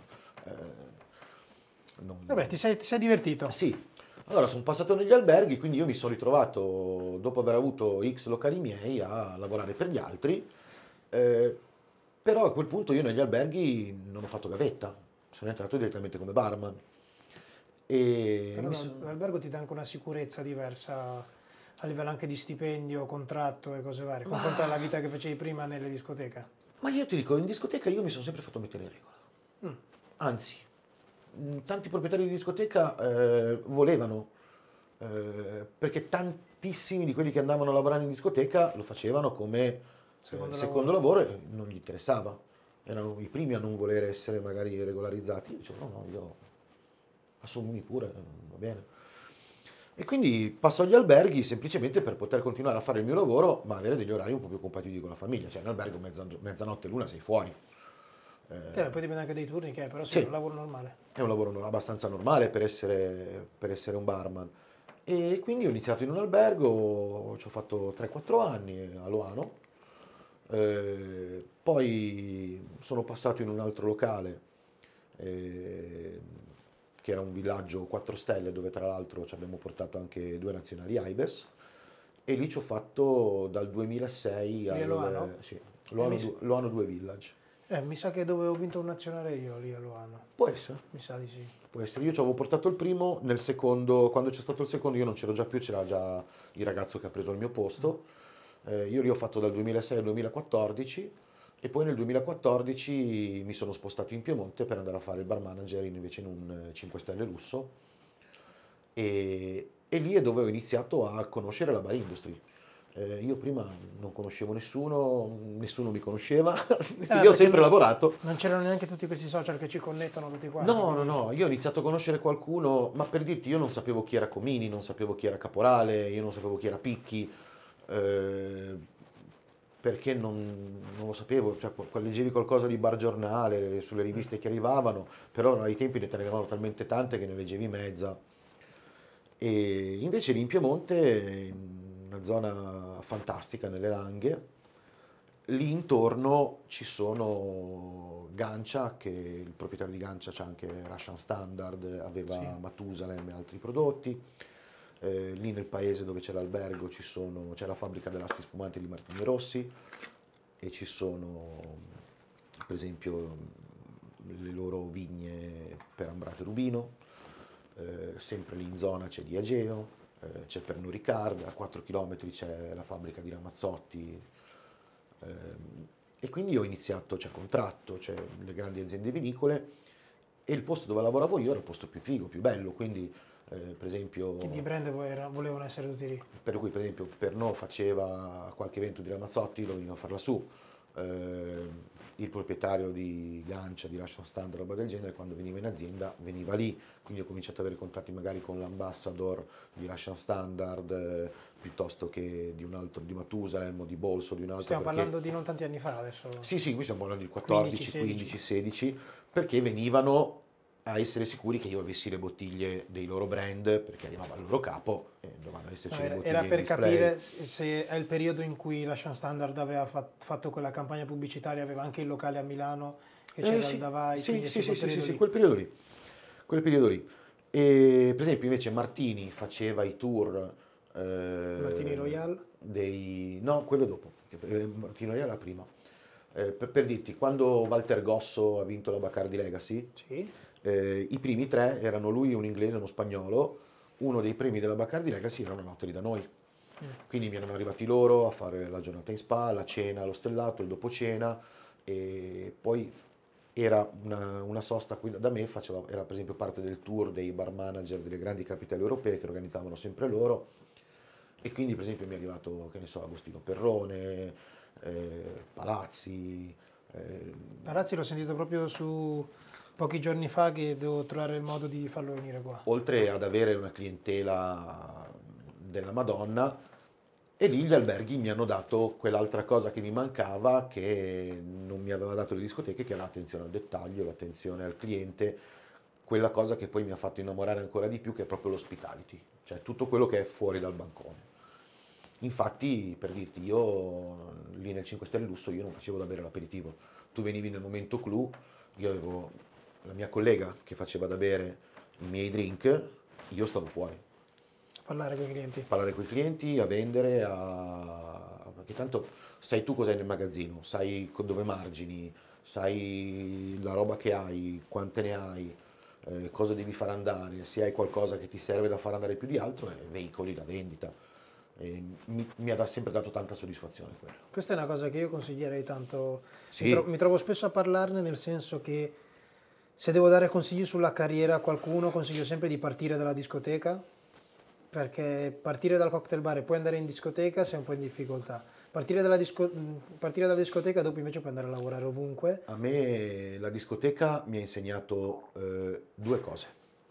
Vabbè, ti sei divertito. sì. Allora sono passato negli alberghi, quindi io mi sono ritrovato, dopo aver avuto X locali miei, a lavorare per gli altri. Però a quel punto io negli alberghi non ho fatto gavetta, sono entrato direttamente come barman. E Però l'albergo ti dà anche una sicurezza diversa a livello anche di stipendio, contratto e cose varie, confronto alla vita che facevi prima nelle discoteche. Ma io ti dico, in discoteca io mi sono sempre fatto mettere in regola. Anzi, tanti proprietari di discoteca volevano, perché tantissimi di quelli che andavano a lavorare in discoteca lo facevano come secondo lavoro e non gli interessava. Erano i primi a non voler essere magari regolarizzati. Io dicevo, no, io assumimi pure, va bene. E quindi passo agli alberghi semplicemente per poter continuare a fare il mio lavoro, ma avere degli orari un po' più compatibili con la famiglia. Cioè in albergo mezzanotte l'una sei fuori. Poi dipende anche dei turni che hai, però sì, Sì. è un lavoro normale. È un lavoro abbastanza normale per essere un barman. E quindi ho iniziato in un albergo, ci ho fatto 3-4 anni a Loano. Poi sono passato in un altro locale, che era un villaggio 4 stelle, dove tra l'altro ci abbiamo portato anche 2 nazionali AIBES. E lì ci ho fatto dal 2006 Lì a Loano? Sì, mi- Loano 2 Village. Mi sa che dove ho vinto un nazionale io, lì a Loano. Può essere. Mi sa di sì. Può essere, io ci avevo portato il primo, nel secondo, quando c'è stato il secondo io non c'ero già più, c'era già il ragazzo che ha preso il mio posto. Io lì ho fatto dal 2006 al 2014 e poi nel 2014 mi sono spostato in Piemonte per andare a fare il bar manager invece in un 5 stelle lusso e lì è dove ho iniziato a conoscere la bar industry. Io prima non conoscevo nessuno mi conosceva, io ho sempre lavorato. Non c'erano neanche tutti questi social che ci connettono tutti quanti. No, io ho iniziato a conoscere qualcuno, ma per dirti, io non sapevo chi era Comini, non sapevo chi era Caporale, io non sapevo chi era Picchi, perché non lo sapevo, cioè leggevi qualcosa di Bar Giornale sulle riviste che arrivavano, però ai tempi ne tenevano talmente tante che ne leggevi mezza. E invece lì in Piemonte, in una zona fantastica, nelle Langhe, lì intorno ci sono Gancia, che il proprietario di Gancia c'ha anche Russian Standard, aveva Sì. Matusalem e altri prodotti. Lì nel paese dove c'è l'albergo c'è la fabbrica dell'asti spumante di Martini Rossi e ci sono per esempio le loro vigne per Ambrato e Rubino. Sempre lì in zona c'è Diageo, c'è Pernod Ricard, a 4 km c'è la fabbrica di Ramazzotti. E quindi ho iniziato, c'è contratto, c'è le grandi aziende vinicole e il posto dove lavoravo io era il posto più figo, più bello, quindi per esempio, Quindi i brand volevano essere tutti lì. per cui per esempio Pernod faceva qualche evento di Ramazzotti, lo veniva a far lassù. Il proprietario di Gancia, di Russian Standard, roba del genere, quando veniva in azienda veniva lì, quindi ho cominciato ad avere contatti magari con l'ambassador di Russian Standard piuttosto che di un altro, di Matusalem o di Bolso, di un altro. Stiamo parlando di non tanti anni fa adesso. Sì, qui stiamo parlando di 14, 15, 15, 16, perché venivano a essere sicuri che io avessi le bottiglie dei loro brand, perché arrivava il loro capo e dovevano esserci le bottiglie Era in per display. capire se è il periodo in cui Russian Standard aveva fatto quella campagna pubblicitaria, aveva anche il locale a Milano che c'era Sì, il Davai. sì, quindi sì, sì, sì, sì, lì. quel periodo lì. Quel periodo lì. E, per esempio invece Martini faceva i tour Martini Royal. no, quello dopo. Martini Royal era prima. Per dirti, quando Walter Gosso ha vinto la Bacardi Legacy, Sì. i primi tre erano lui, un inglese e uno spagnolo. Uno dei premi della Bacardi Legacy era una notte lì da noi. Quindi mi erano arrivati loro a fare la giornata in spa, la cena, lo stellato, il dopo cena e poi era una sosta qui da me, era per esempio parte del tour dei bar manager delle grandi capitali europee che organizzavano sempre loro e quindi per esempio mi è arrivato, che ne so, Agostino Perrone, Palazzi. Parazzi l'ho sentito proprio su pochi giorni fa che devo trovare il modo di farlo venire qua. Oltre ad avere una clientela della Madonna, e lì gli alberghi mi hanno dato quell'altra cosa che mi mancava, che non mi aveva dato le discoteche, che era l'attenzione al dettaglio, l'attenzione al cliente, quella cosa che poi mi ha fatto innamorare ancora di più, che è proprio l'hospitality, cioè tutto quello che è fuori dal bancone. Infatti, per dirti, io lì nel 5 Stelle Lusso io non facevo da bere l'aperitivo. Tu venivi nel momento clou, io avevo la mia collega che faceva da bere i miei drink, io stavo fuori. Parlare con i clienti. Parlare con i clienti, a vendere, perché tanto sai tu cos'hai nel magazzino, sai dove margini, sai la roba che hai, quante ne hai, cosa devi far andare, se hai qualcosa che ti serve da far andare più di altro, veicoli la vendita. E mi ha sempre dato tanta soddisfazione quello. Questa è una cosa che io consiglierei tanto. Sì. Mi trovo spesso a parlarne, nel senso che se devo dare consigli sulla carriera a qualcuno, consiglio sempre di partire dalla discoteca, perché partire dal cocktail bar e poi andare in discoteca sei un po' in difficoltà. Partire dalla discoteca, dopo invece puoi andare a lavorare ovunque. A me la discoteca mi ha insegnato due cose.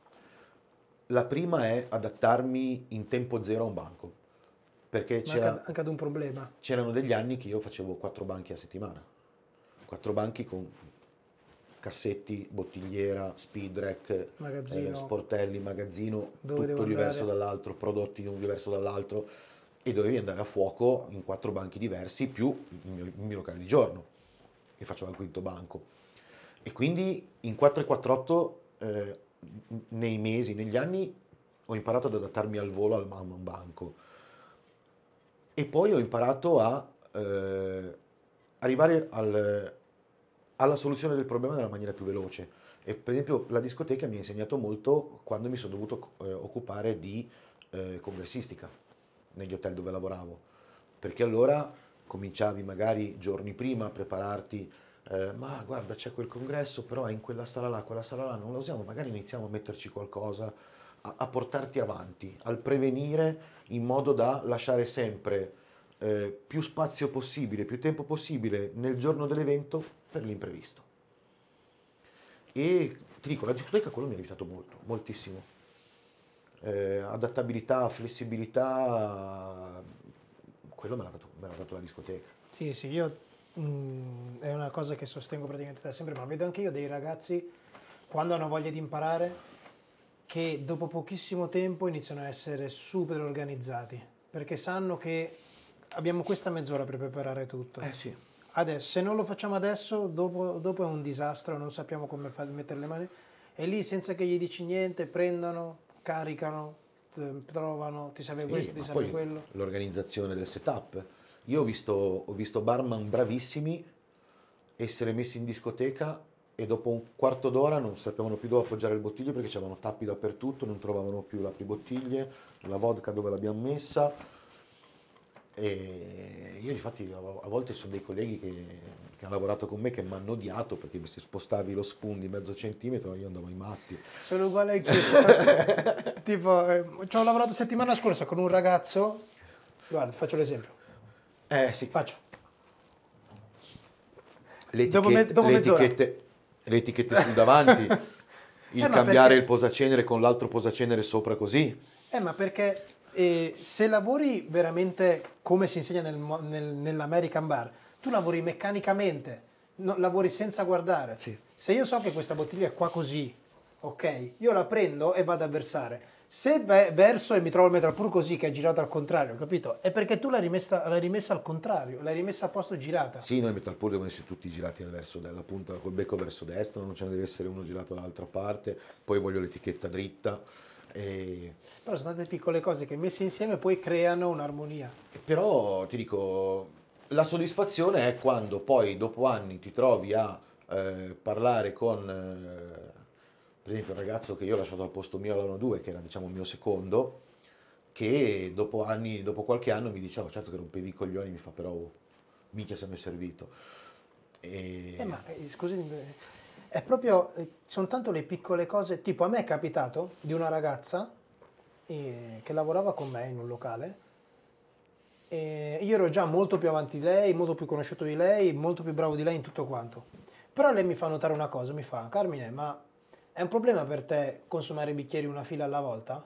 La prima è adattarmi in tempo zero a un banco, perché Anche ad un problema. c'erano degli anni che io facevo 4 banchi a settimana, 4 banchi con cassetti, bottigliera, speed rack, Magazzino. sportelli, magazzino, Dove tutto devo diverso andare? dall'altro, prodotti di un diverso dall'altro e dovevi andare a fuoco in 4 banchi diversi più il mio locale di giorno che faceva il quinto banco. E quindi in 4 e 4 nei mesi, negli anni ho imparato ad adattarmi al volo a un banco. E poi ho imparato a arrivare alla soluzione del problema nella maniera più veloce. E per esempio la discoteca mi ha insegnato molto quando mi sono dovuto occupare di congressistica negli hotel dove lavoravo. Perché allora cominciavi magari giorni prima a prepararti, ma guarda c'è quel congresso, però è in quella sala là non la usiamo, magari iniziamo a metterci qualcosa, a portarti avanti, al prevenire in modo da lasciare sempre più spazio possibile, più tempo possibile nel giorno dell'evento per l'imprevisto. E ti dico, la discoteca quello mi ha aiutato molto, moltissimo. Adattabilità, flessibilità, quello me l'ha dato la discoteca. Sì, io è una cosa che sostengo praticamente da sempre, ma vedo anche io dei ragazzi quando hanno voglia di imparare che dopo pochissimo tempo iniziano a essere super organizzati, perché sanno che abbiamo questa mezz'ora per preparare tutto. Sì. adesso, se non lo facciamo adesso, dopo è un disastro, non sappiamo come mettere le mani. E lì senza che gli dici niente, prendono, caricano, trovano, ti serve Sì, questo, ti ma serve poi quello. l'organizzazione del setup. Io ho visto barman bravissimi essere messi in discoteca e dopo un quarto d'ora non sapevano più dove appoggiare le bottiglie perché c'erano tappi dappertutto, non trovavano più l'apribottiglie, la vodka dove l'abbiamo messa. E io infatti a volte sono dei colleghi che hanno lavorato con me che mi hanno odiato perché se spostavi lo spoon di mezzo centimetro io andavo ai matti. Sono uguale anch'io. Tipo, ci ho lavorato settimana scorsa con un ragazzo. Guarda, ti faccio l'esempio. Sì. Faccio. Le Dopo etichette, dopo le mezz'ora. etichette, le etichette sul davanti, il Ma cambiare perché? il posacenere con l'altro posacenere sopra così. Ma perché se lavori veramente come si insegna nell'American Bar, tu lavori meccanicamente, lavori senza guardare. Sì. Se io so che questa bottiglia è qua così, ok, io la prendo e vado a versare. Se verso e mi trovo il metro pur così che è girato al contrario, capito? È perché tu l'hai rimessa al contrario, l'hai rimessa a posto girata. Sì, noi metal pur devono essere tutti girati verso dalla punta, col becco verso destra, non ce ne deve essere uno girato dall'altra parte, poi voglio l'etichetta dritta. Però sono tante piccole cose che messe insieme poi creano un'armonia. Però ti dico, la soddisfazione è quando poi dopo anni ti trovi a parlare con, per esempio, un ragazzo che io ho lasciato al posto mio all'anno 2, che era diciamo il mio secondo, che dopo qualche anno mi diceva, certo che rompevi i coglioni, mi fa però, minchia se mi è servito. Ma scusi, è proprio, sono tanto le piccole cose, tipo a me è capitato di una ragazza che lavorava con me in un locale, e io ero già molto più avanti di lei, molto più conosciuto di lei, molto più bravo di lei in tutto quanto. Però lei mi fa notare una cosa, mi fa, Carmine, ma è un problema per te consumare bicchieri una fila alla volta?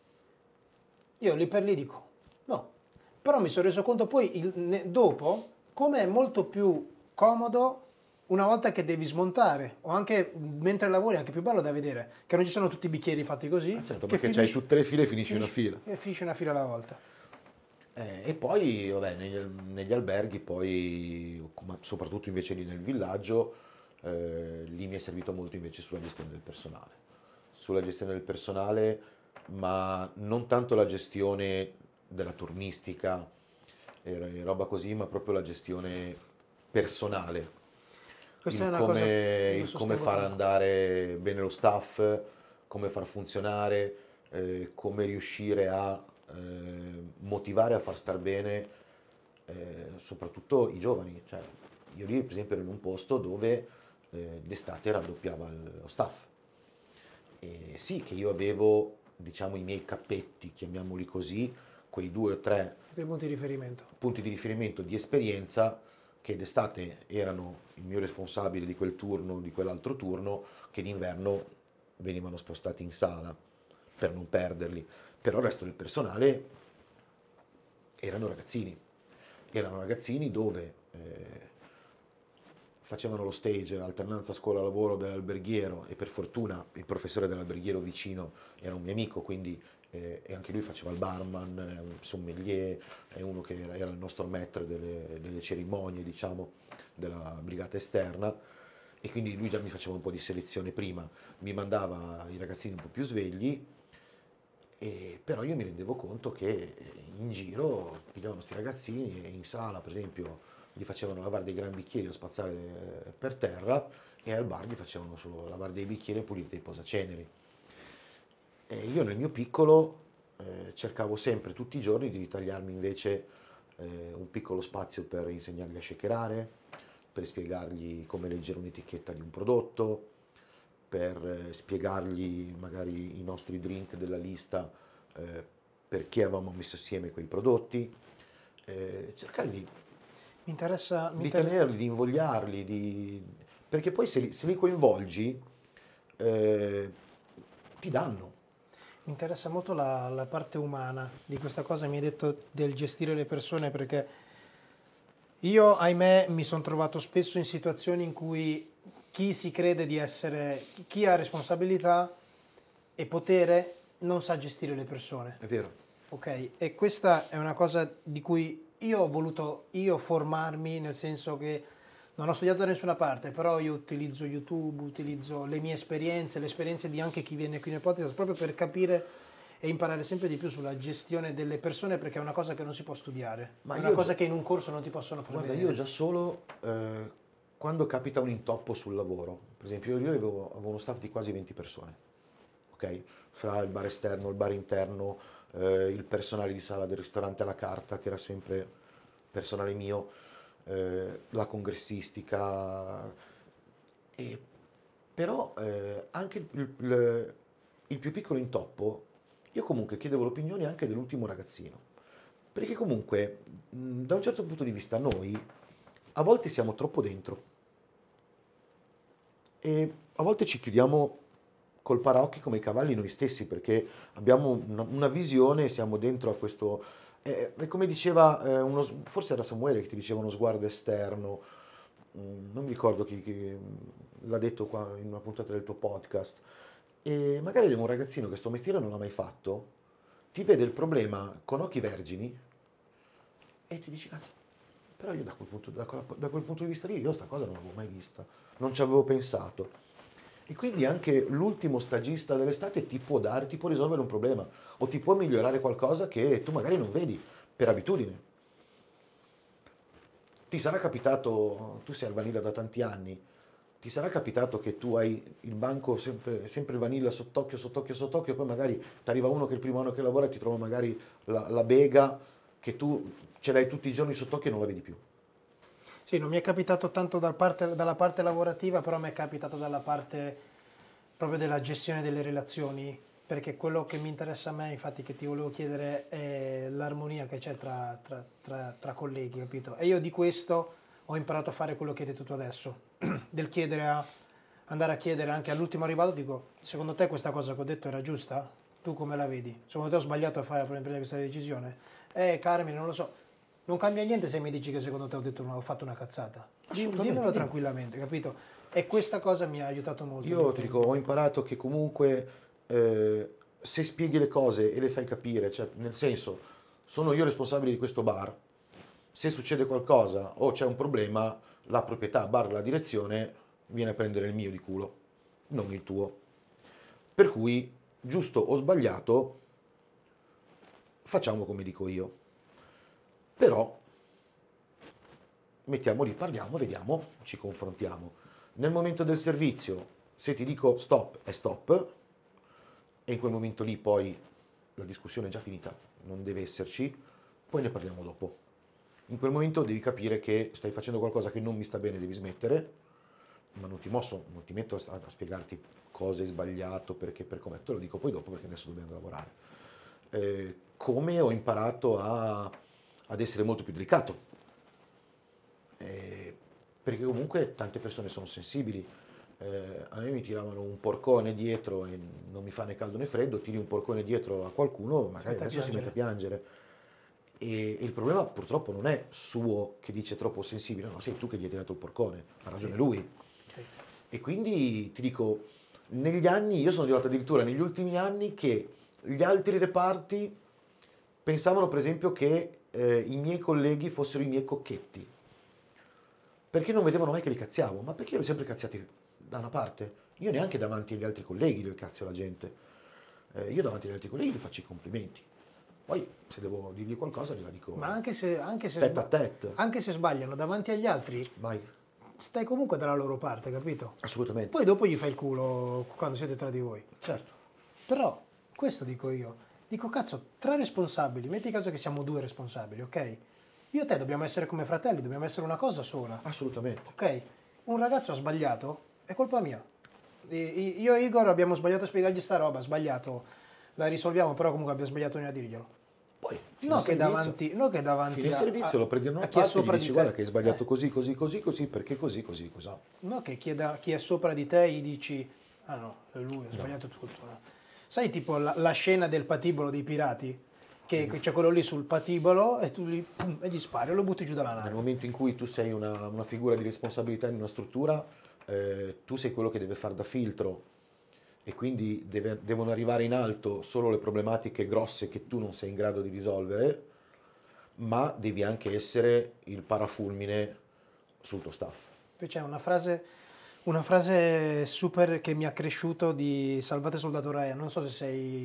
Io lì per lì dico, no. Però mi sono reso conto poi dopo come è molto più comodo una volta che devi smontare o anche mentre lavori, è anche più bello da vedere, che non ci sono tutti i bicchieri fatti così, certo, che perché c'hai tutte le file e finisci una fila. e finisci una fila alla volta. E poi, vabbè, negli alberghi, poi, soprattutto invece lì nel villaggio, lì mi è servito molto invece sulla gestione del personale. Sulla gestione del personale, ma non tanto la gestione della turnistica e roba così, ma proprio la gestione personale. Questa è Il una cosa che io come sostengo far tanto. andare bene lo staff, come far funzionare, come riuscire a motivare a far star bene soprattutto i giovani. Cioè, io lì per esempio ero in un posto dove d'estate raddoppiava lo staff. E sì, che io avevo, diciamo, i miei cappetti, chiamiamoli così, quei 2 o 3 Tutti i punti di riferimento. punti di riferimento di esperienza che d'estate erano il mio responsabile di quel turno, di quell'altro turno, che d'inverno venivano spostati in sala per non perderli. Però il resto del personale erano ragazzini dove facevano lo stage alternanza scuola-lavoro dell'alberghiero e per fortuna il professore dell'alberghiero vicino era un mio amico, quindi e anche lui faceva il barman, un sommelier, è uno che era il nostro maître delle cerimonie, diciamo, della brigata esterna, e quindi lui già mi faceva un po' di selezione prima, mi mandava i ragazzini un po' più svegli, però io mi rendevo conto che in giro pigliavano questi ragazzini e in sala, per esempio, gli facevano lavare dei gran bicchieri o spazzare per terra, e al bar gli facevano solo lavare dei bicchieri e pulire dei posaceneri. E io nel mio piccolo cercavo sempre, tutti i giorni, di ritagliarmi invece un piccolo spazio per insegnargli a shakerare, per spiegargli come leggere un'etichetta di un prodotto, per spiegargli magari i nostri drink della lista, perché avevamo messo assieme quei prodotti, cercare Mi interessa, di tenerli, di invogliarli, perché poi se li coinvolgi ti danno. Mi interessa molto la parte umana di questa cosa, mi hai detto del gestire le persone, perché io, ahimè, mi sono trovato spesso in situazioni in cui chi si crede di essere, chi ha responsabilità e potere non sa gestire le persone. È vero. Ok? E questa è una cosa di cui io ho voluto formarmi, nel senso che Non ho studiato da nessuna parte, però io utilizzo YouTube, utilizzo le mie esperienze, le esperienze di anche chi viene qui nel podcast, proprio per capire e imparare sempre di più sulla gestione delle persone, perché è una cosa che non si può studiare, Ma è io una cosa già- che in un corso non ti possono far Guarda, vedere. io già solo quando capita un intoppo sul lavoro, per esempio io avevo uno staff di quasi 20 persone, ok? Fra il bar esterno, il bar interno, il personale di sala del ristorante alla carta, che era sempre personale mio, la congressistica, e, però anche il più piccolo intoppo, io comunque chiedevo l'opinione anche dell'ultimo ragazzino, perché comunque da un certo punto di vista noi a volte siamo troppo dentro e a volte ci chiudiamo col paraocchi come i cavalli noi stessi perché abbiamo una visione, siamo dentro a questo. È come diceva, forse era Samuele che ti diceva uno sguardo esterno, non mi ricordo chi l'ha detto qua in una puntata del tuo podcast, e magari un ragazzino che sto mestiere non l'ha mai fatto, ti vede il problema con occhi vergini e ti dici, cazzo, però io da quel punto di vista lì, io sta cosa non l'avevo mai vista, non ci avevo pensato. E quindi anche l'ultimo stagista dell'estate ti può risolvere un problema o ti può migliorare qualcosa che tu magari non vedi per abitudine. Ti sarà capitato, tu sei al Vanilla da tanti anni, ti sarà capitato che tu hai il banco sempre il Vanilla sott'occhio, sott'occhio, sott'occhio, poi magari ti arriva uno che è il primo anno che lavora e ti trova magari la bega che tu ce l'hai tutti i giorni sott'occhio e non la vedi più. Sì, non mi è capitato tanto dalla parte lavorativa, però mi è capitato dalla parte proprio della gestione delle relazioni, perché quello che mi interessa a me, infatti, che ti volevo chiedere, è l'armonia che c'è tra colleghi, capito? E io di questo ho imparato a fare quello che hai detto tu adesso, del andare a chiedere anche all'ultimo arrivato, dico, secondo te questa cosa che ho detto era giusta? Tu come la vedi? Secondo te ho sbagliato a prendere questa decisione? Carmine, non lo so. Non cambia niente se mi dici che secondo te ho fatto una cazzata. Assolutamente. Dimmelo tranquillamente, capito? E questa cosa mi ha aiutato molto. Io ti dico, ho imparato che comunque se spieghi le cose e le fai capire, cioè nel senso, sono io responsabile di questo bar, se succede qualcosa o c'è un problema, la proprietà, bar, la direzione viene a prendere il mio di culo, non il tuo. Per cui, giusto o sbagliato, facciamo come dico io. Però mettiamo lì, parliamo, vediamo, ci confrontiamo. Nel momento del servizio, se ti dico stop, è stop, e in quel momento lì poi la discussione è già finita, non deve esserci, poi ne parliamo dopo. In quel momento devi capire che stai facendo qualcosa che non mi sta bene, devi smettere, ma non ti metto a spiegarti cosa è sbagliato, perché, per come, te lo dico poi dopo perché adesso dobbiamo lavorare. Come ho imparato ad essere molto più delicato, perché comunque tante persone sono sensibili. A me mi tiravano un porcone dietro e non mi fa né caldo né freddo, tiri un porcone dietro a qualcuno, magari adesso si mette a piangere. E il problema purtroppo non è suo che dice troppo sensibile, no, sei tu che gli hai tirato il porcone, ha ragione lui. Sì. E quindi ti dico, negli anni, io sono arrivato addirittura negli ultimi anni che gli altri reparti pensavano per esempio che i miei colleghi fossero i miei cocchetti, perché non vedevano mai che li cazziavo, ma perché io ero sempre cazziati da una parte? Io neanche davanti agli altri colleghi li cazzio la gente, io davanti agli altri colleghi gli faccio i complimenti, poi se devo dirgli qualcosa gliela dico Ma anche se tête a tête. anche se sbagliano davanti agli altri, Vai, stai comunque dalla loro parte, capito? assolutamente. Poi dopo gli fai il culo quando siete tra di voi. Certo. Però, questo dico io. Dico, cazzo, tra responsabili, metti caso che siamo due responsabili, ok? Io e te dobbiamo essere come fratelli, dobbiamo essere una cosa sola, Assolutamente. ok? Un ragazzo ha sbagliato, è colpa mia. Io e Igor abbiamo sbagliato a spiegargli sta roba, ha sbagliato, la risolviamo, però comunque abbiamo sbagliato noi a dirglielo. Poi, Non che davanti fine servizio lo prendono a chi è parte e gli sopra dici di guarda te. che hai sbagliato così, così, così, così, perché così, così, così. No, che chi è sopra di te gli dici, ah no, è lui, ha sbagliato tutto. No. Sai tipo la scena del patibolo dei pirati? Che c'è quello lì sul patibolo e tu e gli spari e lo butti giù dalla Nel nave. momento in cui tu sei una figura di responsabilità in una struttura, tu sei quello che deve fare da filtro e quindi devono arrivare in alto solo le problematiche grosse che tu non sei in grado di risolvere, ma devi anche essere il parafulmine sul tuo staff. C'è una frase super che mi ha cresciuto di Salvate Soldato Ryan. Non so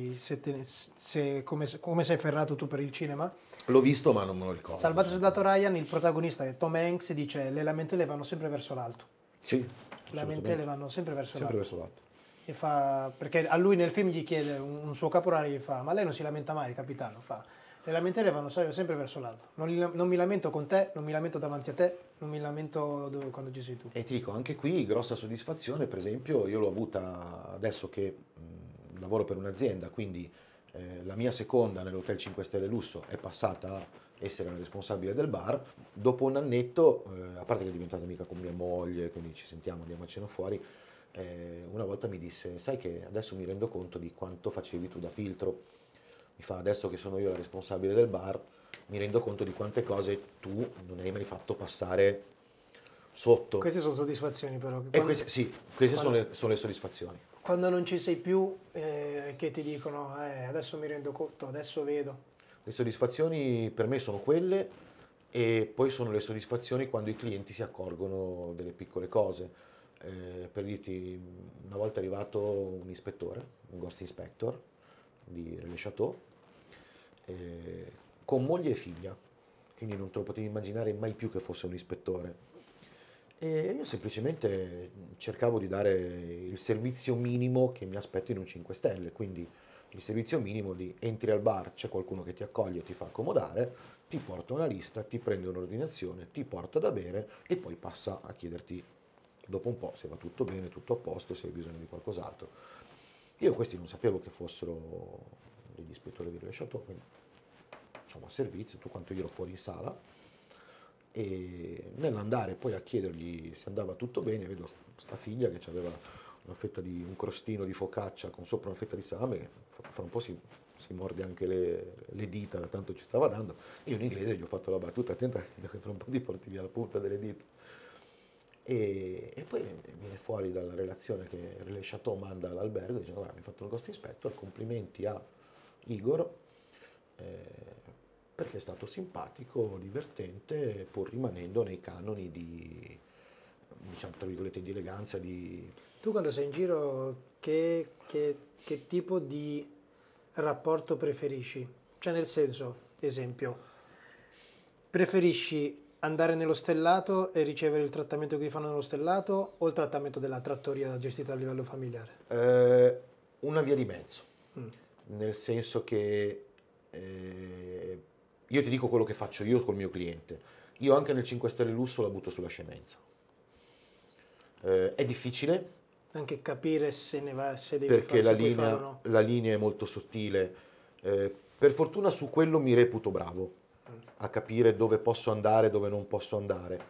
come sei ferrato tu per il cinema. L'ho visto ma non me lo ricordo. Salvate Soldato Ryan, il protagonista che è Tom Hanks dice le lamentele vanno sempre verso l'alto. Sì, Le lamentele vanno sempre verso sempre l'alto. verso l'alto. E perché a lui nel film gli chiede, un suo caporale gli fa, ma lei non si lamenta mai, capitano? Fa, le lamentele vanno sempre verso l'alto. Non mi lamento con te, non mi lamento davanti a te, non mi lamento quando ci sei tu. E ti dico, anche qui grossa soddisfazione, per esempio, io l'ho avuta adesso che lavoro per un'azienda, quindi la mia seconda nell'Hotel 5 Stelle Lusso è passata a essere la responsabile del bar. Dopo un annetto, a parte che è diventata amica con mia moglie, quindi ci sentiamo, andiamo a cena fuori, una volta mi disse, sai che adesso mi rendo conto di quanto facevi tu da filtro. Mi fa, adesso che sono io la responsabile del bar, mi rendo conto di quante cose tu non hai mai fatto passare sotto. Queste sono soddisfazioni però. Queste sono le soddisfazioni. Quando non ci sei più, che ti dicono, adesso mi rendo conto, adesso vedo. Le soddisfazioni per me sono quelle e poi sono le soddisfazioni quando i clienti si accorgono delle piccole cose. Per dirti, una volta è arrivato un ispettore, un ghost inspector di Relais Château, con moglie e figlia, quindi non te lo potevi immaginare mai più che fosse un ispettore. E io semplicemente cercavo di dare il servizio minimo che mi aspetto in un 5 stelle, quindi il servizio minimo di entri al bar, c'è qualcuno che ti accoglie, ti fa accomodare, ti porta una lista, ti prende un'ordinazione, ti porta da bere e poi passa a chiederti dopo un po' se va tutto bene, tutto a posto, se hai bisogno di qualcos'altro. Io questi non sapevo che fossero degli ispettori di Relais Château, quindi insomma servizio, tu quanto io ero fuori in sala, e nell'andare poi a chiedergli se andava tutto bene, vedo sta figlia che aveva un crostino di focaccia con sopra una fetta di salame, che fra un po' si morde anche le dita da tanto ci stava dando. Io in inglese gli ho fatto la battuta, attenta che fra un po' ti porti via la punta delle dita. E poi viene fuori dalla relazione che Relais Château manda all'albergo dicendo, guarda, mi ha fatto un ghost inspector, complimenti a Igor, perché è stato simpatico, divertente, pur rimanendo nei canoni di, diciamo, tra virgolette, di eleganza. Tu quando sei in giro, che tipo di rapporto preferisci? Cioè nel senso, esempio, preferisci andare nello stellato e ricevere il trattamento che ti fanno nello stellato o il trattamento della trattoria gestita a livello familiare? Una via di mezzo, nel senso che io ti dico quello che faccio io col mio cliente. Io anche nel 5 Stelle Lusso la butto sulla scemenza. È difficile. Anche capire se devi perché fare, fare o no. la linea è molto sottile. Per fortuna su quello mi reputo bravo, a capire dove posso andare, dove non posso andare.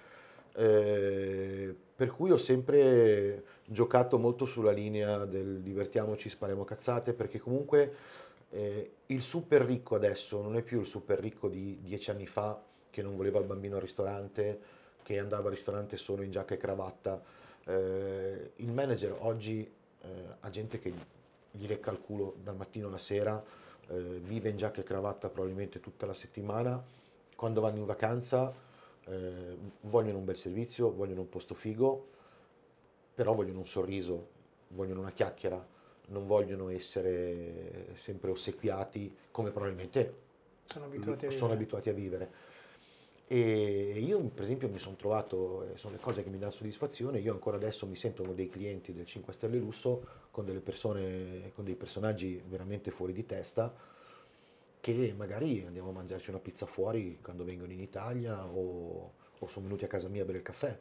Per cui ho sempre giocato molto sulla linea del divertiamoci, spariamo cazzate, perché comunque il super ricco adesso non è più il super ricco di 10 anni fa che non voleva il bambino al ristorante, che andava al ristorante solo in giacca e cravatta. Il manager oggi ha gente che gli lecca il culo dal mattino alla sera, vive in giacca e cravatta probabilmente tutta la settimana. Quando vanno in vacanza vogliono un bel servizio, vogliono un posto figo, però vogliono un sorriso, vogliono una chiacchiera, non vogliono essere sempre ossequiati come probabilmente sono abituati a vivere. E io per esempio mi sono trovato, sono le cose che mi danno soddisfazione, io ancora adesso mi sento uno dei clienti del 5 Stelle Lusso con delle persone, con dei personaggi veramente fuori di testa, che magari andiamo a mangiarci una pizza fuori quando vengono in Italia o sono venuti a casa mia a bere il caffè.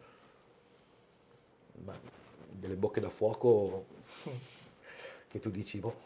Ma delle bocche da fuoco che tu dici, boh.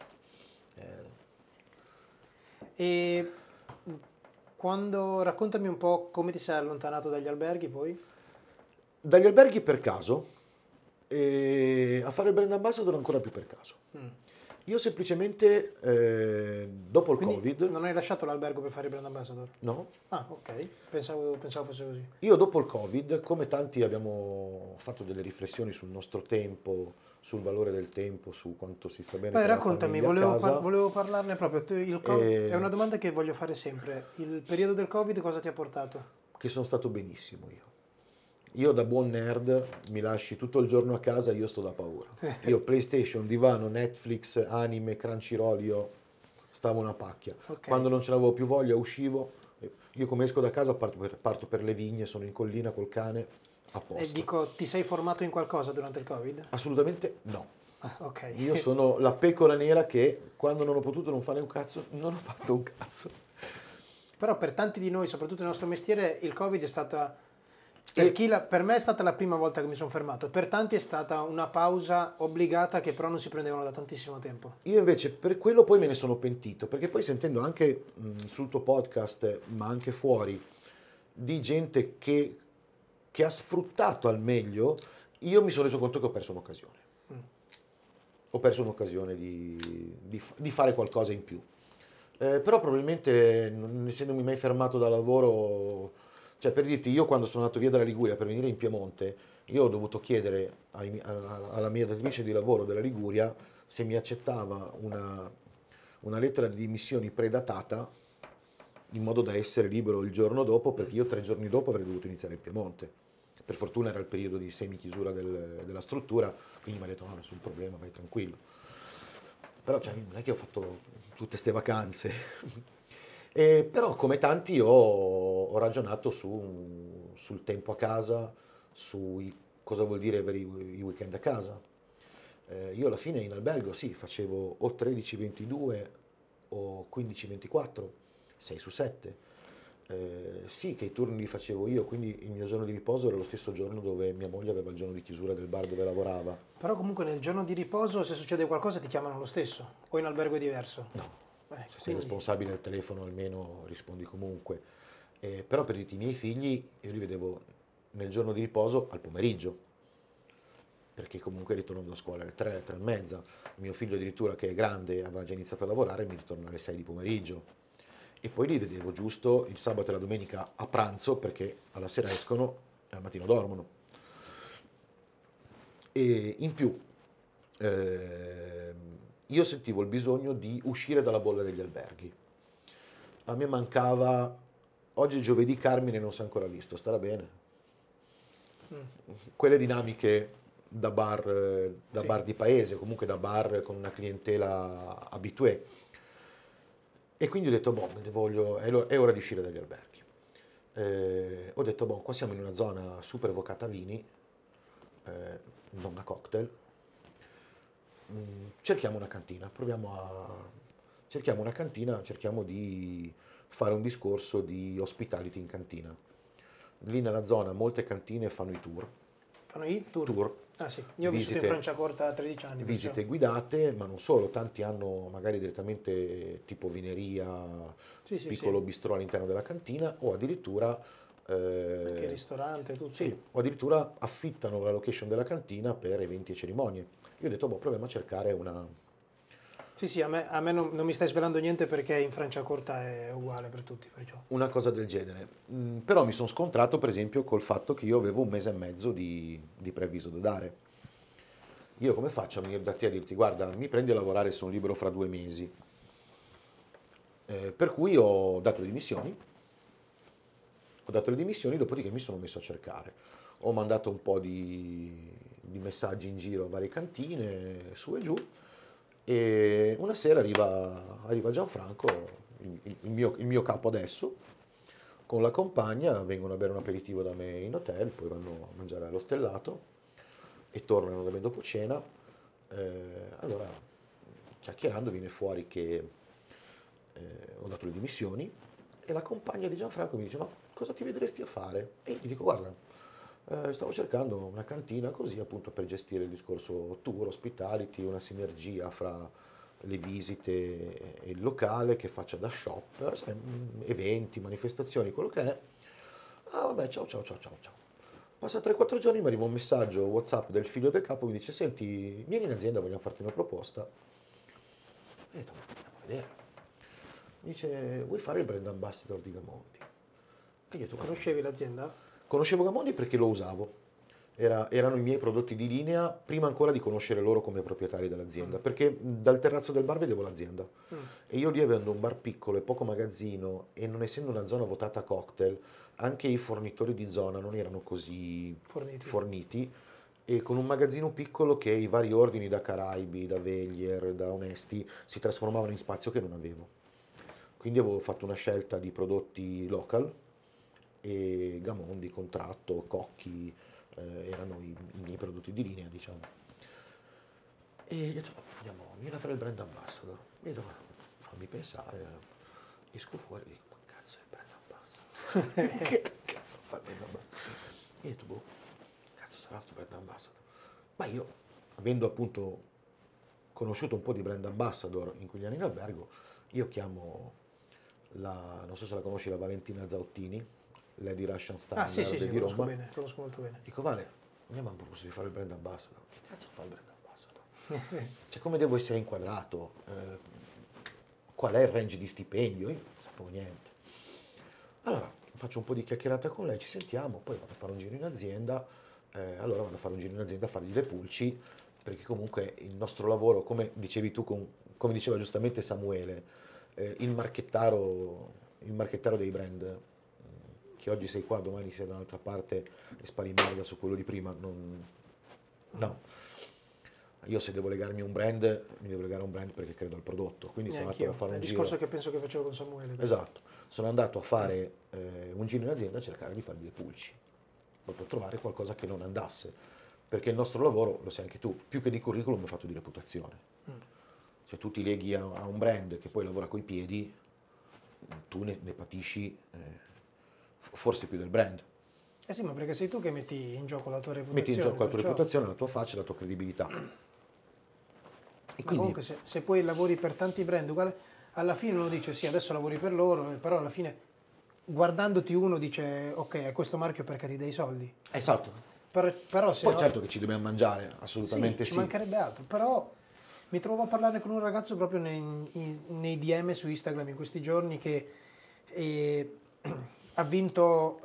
E raccontami un po' come ti sei allontanato dagli alberghi poi? Dagli alberghi per caso, e a fare il brand ambassador ancora più per caso. Io semplicemente dopo il Covid... Non hai lasciato l'albergo per fare il brand ambassador? No. Ah, ok. Pensavo fosse così. Io dopo il Covid, come tanti, abbiamo fatto delle riflessioni sul nostro tempo, sul valore del tempo, su quanto si sta bene. Poi raccontami, volevo parlarne proprio. È una domanda che voglio fare sempre. Il periodo del Covid cosa ti ha portato? Che sono stato benissimo io. Io da buon nerd mi lasci tutto il giorno a casa, io sto da paura. Io PlayStation, divano, Netflix, anime, Crunchyroll, io stavo una pacchia. Ok. Quando non ce l'avevo più voglia uscivo. Io come esco da casa parto per le vigne, sono in collina col cane, a E posto. dico, ti sei formato in qualcosa durante il Covid? Assolutamente no. Ah, ok. Io sono la pecora nera che quando non ho potuto non fare un cazzo, non ho fatto un cazzo. Però per tanti di noi, soprattutto nel nostro mestiere, il Covid è stata... E- Per me è stata la prima volta che mi sono fermato, per tanti è stata una pausa obbligata che però non si prendevano da tantissimo tempo. Io invece per quello poi me ne sono pentito, perché poi sentendo anche sul tuo podcast, ma anche fuori, di gente che ha sfruttato al meglio, io mi sono reso conto che ho perso un'occasione. Ho perso un'occasione di fare qualcosa in più. Però probabilmente, non essendomi mai fermato da lavoro, cioè per dirti, io quando sono andato via dalla Liguria per venire in Piemonte, io ho dovuto chiedere alla mia datrice di lavoro della Liguria se mi accettava una lettera di dimissioni predatata in modo da essere libero il giorno dopo, perché io 3 giorni dopo avrei dovuto iniziare in Piemonte. Per fortuna era il periodo di semi-chiusura della struttura, quindi mi ha detto no, nessun problema, vai tranquillo. Però cioè, non è che ho fatto tutte queste vacanze. Però come tanti io ho ragionato sul tempo a casa, su cosa vuol dire avere i weekend a casa. Io alla fine in albergo sì, facevo o 13-22 o 15-24, 6 su 7. Sì, che i turni li facevo io, quindi il mio giorno di riposo era lo stesso giorno dove mia moglie aveva il giorno di chiusura del bar dove lavorava. Però comunque nel giorno di riposo, se succede qualcosa, ti chiamano lo stesso, o in albergo è diverso. No, se sei Quindi, responsabile del telefono almeno rispondi comunque. Però per dirti, i miei figli io li vedevo nel giorno di riposo al pomeriggio, perché comunque ritornando da scuola alle 3, 3 e mezza. Mio figlio addirittura che è grande aveva già iniziato a lavorare mi ritorna alle 6 di pomeriggio. E poi li vedevo giusto il sabato e la domenica a pranzo perché alla sera escono e al mattino dormono. E in più io sentivo il bisogno di uscire dalla bolla degli alberghi. A me mancava, oggi è giovedì, Carmine non si è ancora visto, starà bene. Quelle dinamiche da bar, Sì. bar di paese, comunque da bar con una clientela abitué. E quindi ho detto, boh, è ora di uscire dagli alberghi. Ho detto, boh, qua siamo in una zona super vocata a vini, non da cocktail. Cerchiamo una cantina, cerchiamo una cantina, cerchiamo di fare un discorso di hospitality in cantina. Lì nella zona molte cantine fanno i tour. fanno i tour. Tour, Ah sì, io ho vissuto in visite, Franciacorta 13 anni. visite guidate, ma non solo, tanti hanno magari direttamente tipo vineria, Sì, sì, piccolo sì. bistrò all'interno della cantina o addirittura, Anche il ristorante, tutto. sì, o addirittura affittano la location della cantina per eventi e cerimonie. Io ho detto, boh, proviamo a cercare Sì, sì, a me non mi stai svelando niente perché in Franciacorta è uguale per tutti, perciò. una cosa del genere. Però mi sono scontrato per esempio col fatto che io avevo un mese e mezzo di preavviso da dare. Io come faccio a venire da te a dirti guarda mi prendi a lavorare, sono libero fra 2 mesi? Per cui ho dato le dimissioni, dopodiché mi sono messo a cercare. Ho mandato un po' di messaggi in giro a varie cantine, su e giù, e una sera arriva Gianfranco, il mio capo adesso, con la compagna, vengono a bere un aperitivo da me in hotel, poi vanno a mangiare allo Stellato e tornano da me dopo cena. Allora, chiacchierando, viene fuori che ho dato le dimissioni e la compagna di Gianfranco mi dice: ma cosa ti vedresti a fare? E io gli dico: guarda, stavo cercando una cantina così appunto per gestire il discorso tour, hospitality, una sinergia fra le visite e il locale che faccia da shop, sai, eventi, manifestazioni, quello che è. Ah vabbè, ciao ciao ciao ciao ciao. Passa 3-4 giorni, mi arriva un messaggio WhatsApp del figlio del capo, mi dice: senti, vieni in azienda, vogliamo farti una proposta. E ho detto: ma andiamo a vedere. Mi dice: vuoi fare il brand ambassador di Gamondi? E io ho detto: guarda, Conoscevi l'azienda? conoscevo Gamondi perché lo usavo. erano i miei prodotti di linea prima ancora di conoscere loro come proprietari dell'azienda, perché dal terrazzo del bar vedevo l'azienda e io lì avendo un bar piccolo e poco magazzino e non essendo una zona votata a cocktail, anche i fornitori di zona non erano così forniti e con un magazzino piccolo che i vari ordini da Caraibi, da Veglier, da Onesti si trasformavano in spazio che non avevo. Quindi avevo fatto una scelta di prodotti local e Gamondi, Contratto, Cocchi erano i miei prodotti di linea, diciamo. E ho detto, vieni a fare il brand ambassador. E detto, fammi pensare, esco fuori e dico, ma cazzo è il brand ambassador? Che cazzo fa il brand ambassador? E ho detto, boh, cazzo sarà il brand ambassador? Ma io, avendo appunto conosciuto un po' di brand ambassador in quegli anni in albergo, io chiamo non so se la conosci, la Valentina Zauttini, Lady Russian Standard sì, di Roma. conosco molto bene. Dico, Vale, andiamo a proposito di fare il brand ambassador. Che cazzo fa il brand ambassador? Cioè, come devo essere inquadrato? Qual è il range di stipendio? Io non sapevo niente. Allora, faccio un po' di chiacchierata con lei, ci sentiamo, poi vado a fare un giro in azienda. Allora vado a fare un giro in azienda a fargli le pulci, perché comunque il nostro lavoro, come dicevi tu, come diceva giustamente Samuele, il marchettaro dei brand, che oggi sei qua, domani sei da un'altra parte e spari merda su quello di prima, no. Io se devo legarmi a un brand, mi devo legare a un brand perché credo al prodotto, quindi sono andato a fare un giro. È il discorso che penso che facevo con Samuele. Esatto, sono andato a fare un giro in azienda a cercare di fargli le pulci, proprio trovare qualcosa che non andasse, perché il nostro lavoro, lo sai anche tu, più che di curriculum è fatto di reputazione. Cioè tu ti leghi a un brand che poi lavora coi piedi, tu ne patisci forse più del brand. Eh sì, ma perché sei tu che metti in gioco la tua reputazione. Metti in gioco la tua reputazione, la tua faccia, la tua credibilità. E quindi comunque se poi lavori per tanti brand, uguale, alla fine uno dice sì, adesso lavori per loro, però alla fine guardandoti uno dice ok, è questo marchio perché ti dai i soldi. Esatto. Però se poi certo che ci dobbiamo mangiare, assolutamente sì. Ci mancherebbe altro, però mi trovo a parlare con un ragazzo proprio nei DM su Instagram in questi giorni che ha vinto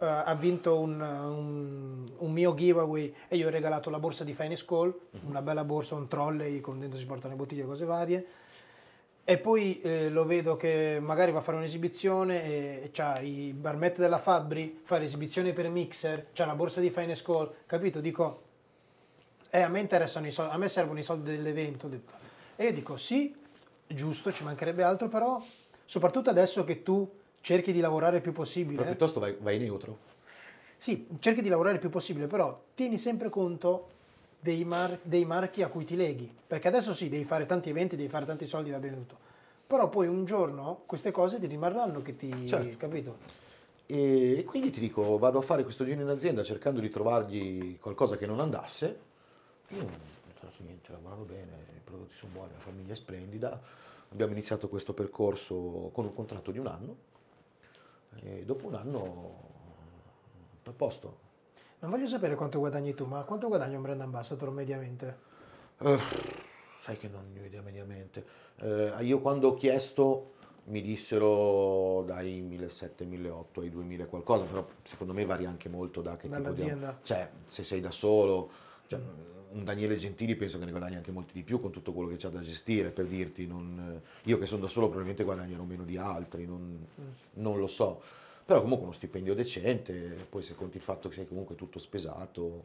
un mio giveaway e io ho regalato la borsa di Finest Call, una bella borsa, un trolley con dentro si portano le bottiglie e cose varie. E poi lo vedo che magari va a fare un'esibizione e c'ha i barmette della Fabbri, fa l'esibizione per Mixer, c'ha la borsa di Finest Call, capito? Dico, a me interessano i soldi, a me servono i soldi dell'evento. Ho detto. E io dico, sì, giusto, ci mancherebbe altro, però soprattutto adesso che tu cerchi di lavorare il più possibile. Però piuttosto vai neutro. Sì, cerchi di lavorare il più possibile, però tieni sempre conto dei marchi a cui ti leghi, perché adesso sì, devi fare tanti eventi, devi fare tanti soldi, va bene tutto, però poi un giorno queste cose ti rimarranno che ti... Certo. Capito? E quindi ti dico, vado a fare questo giro in azienda cercando di trovargli qualcosa che non andasse. Io non ho fatto niente, lavoravo bene, i prodotti sono buoni, la famiglia è splendida. Abbiamo iniziato questo percorso con un contratto di un anno e dopo un anno a posto. Non voglio sapere quanto guadagni tu, ma quanto guadagna un brand ambassador mediamente? Sai che non ne ho idea mediamente. Io quando ho chiesto mi dissero dai 1.700, 1.800 ai 2.000 qualcosa, però secondo me varia anche molto da che dall'azienda. Tipo di... Cioè, se sei da solo, cioè, un Daniele Gentili penso che ne guadagni anche molti di più con tutto quello che c'ha da gestire, per dirti. Io che sono da solo probabilmente guadagnerò meno di altri, non lo so. Però comunque uno stipendio decente, poi se conti il fatto che sei comunque tutto spesato,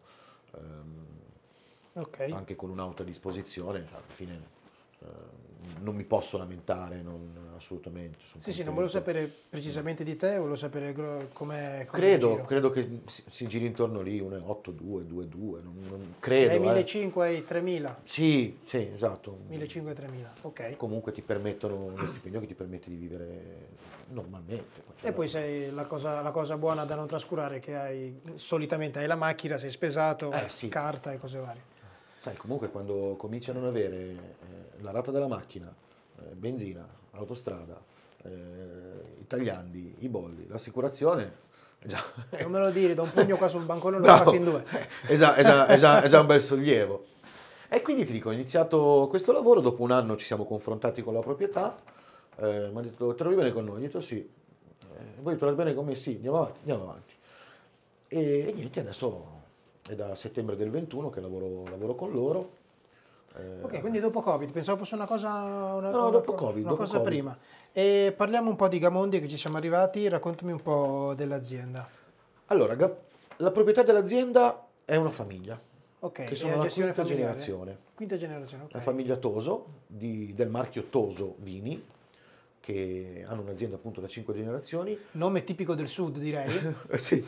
Okay. anche con un'auto a disposizione, cioè, alla fine non mi posso lamentare, assolutamente. Sì, non volevo sapere precisamente di te, volevo sapere com'è credo che si giri intorno lì, 1,8, 2, 2, 2, non credo. Dai 1.500 ai 3.000? Sì, esatto. 1.500 ai 3.000, ok. Comunque ti permettono uno stipendio che ti permette di vivere normalmente. E poi sei la cosa buona da non trascurare che solitamente hai la macchina, sei spesato, sì. Carta e cose varie. Sai, comunque quando cominci a non avere la rata della macchina, benzina, autostrada, i tagliandi, i bolli, l'assicurazione, già... Non me lo dire, da un pugno qua sul bancone lo spacchi in due. È già un bel sollievo. E quindi ti dico, ho iniziato questo lavoro, dopo un anno ci siamo confrontati con la proprietà, mi ha detto, trovi bene con noi? Ho detto sì. Voi trovate bene con me? Sì, andiamo avanti. E niente, adesso è da settembre del 21 che lavoro con loro. Ok, quindi dopo Covid, pensavo fosse una cosa, No, dopo Covid, una dopo cosa Covid. prima. E parliamo un po' di Gamondi che ci siamo arrivati, raccontami un po' dell'azienda. Allora, la proprietà dell'azienda è una famiglia, Ok, che e sono la la gestione quinta familiare? generazione. Quinta generazione, La ok. famiglia Toso, del marchio Toso Vini, che hanno un'azienda appunto da 5 generazioni. Nome tipico del sud, direi. Sì.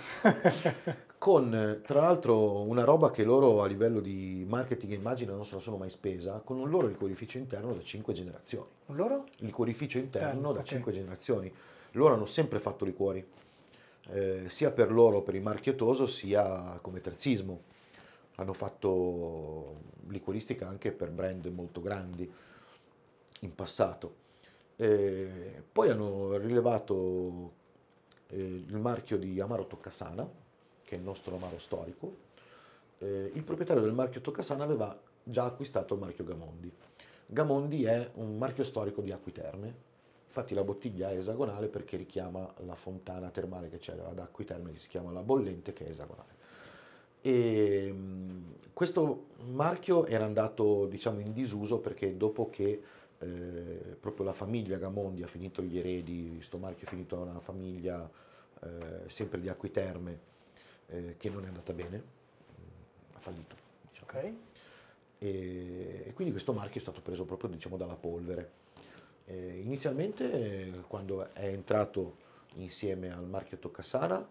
Con tra l'altro una roba che loro a livello di marketing e immagine non se la sono mai spesa, con un loro liquorificio interno da 5 generazioni. Loro? Liquorificio interno da Ok. 5 generazioni. Loro hanno sempre fatto liquori, sia per loro, per il marchio Toso, sia come terzismo. Hanno fatto liquoristica anche per brand molto grandi in passato. Poi hanno rilevato il marchio di Amaro Toccasana, che è il nostro amaro storico. Il proprietario del marchio Toccasana aveva già acquistato il marchio Gamondi. Gamondi è un marchio storico di Acqui Terme, infatti la bottiglia è esagonale perché richiama la fontana termale che c'è ad Acqui Terme, che si chiama La Bollente, che è esagonale. E questo marchio era andato, diciamo, in disuso perché dopo che proprio la famiglia Gamondi ha finito gli eredi, questo marchio è finito a una famiglia sempre di Acqui Terme che non è andata bene, ha fallito, diciamo. Ok. E quindi questo marchio è stato preso proprio, diciamo, dalla polvere. Inizialmente, quando è entrato insieme al marchio Toccasana,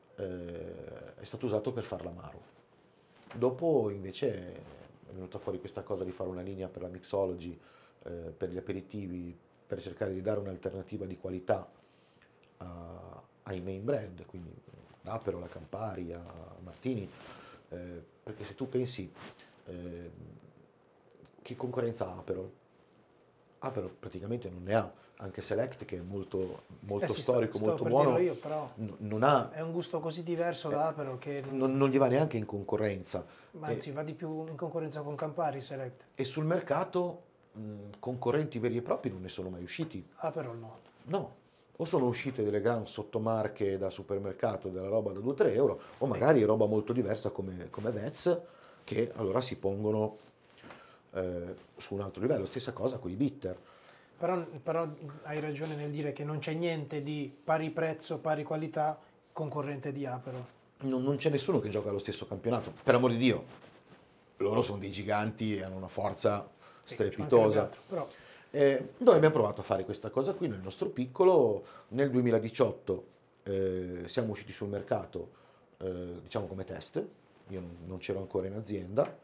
è stato usato per far l'amaro. Dopo invece è venuta fuori questa cosa di fare una linea per la mixology, per gli aperitivi, per cercare di dare un'alternativa di qualità ai main brand, quindi l'Aperol, la Campari, a Martini, perché se tu pensi eh, che concorrenza ha Aperol? Aperol praticamente non ne ha, anche Select che è molto, molto Sì, storico, stavo molto per buono, dirlo io, però non ha, è un gusto così diverso da Aperol che non gli va neanche in concorrenza. ma anzi va di più in concorrenza con Campari Select. E sul mercato concorrenti veri e propri non ne sono mai usciti. Aperol no. No, o sono uscite delle gran sottomarche da supermercato, della roba da 2-3 euro, o magari roba molto diversa come Vez, che allora si pongono su un altro livello. Stessa cosa con i bitter. Però hai ragione nel dire che non c'è niente di pari prezzo, pari qualità concorrente di Aperol. Non c'è nessuno che gioca allo stesso campionato, per amor di Dio. Loro sono dei giganti e hanno una forza Sì, ci mancherebbe strepitosa. altro, però Noi abbiamo provato a fare questa cosa qui nel nostro piccolo. Nel 2018 siamo usciti sul mercato, diciamo come test. Io non c'ero ancora in azienda.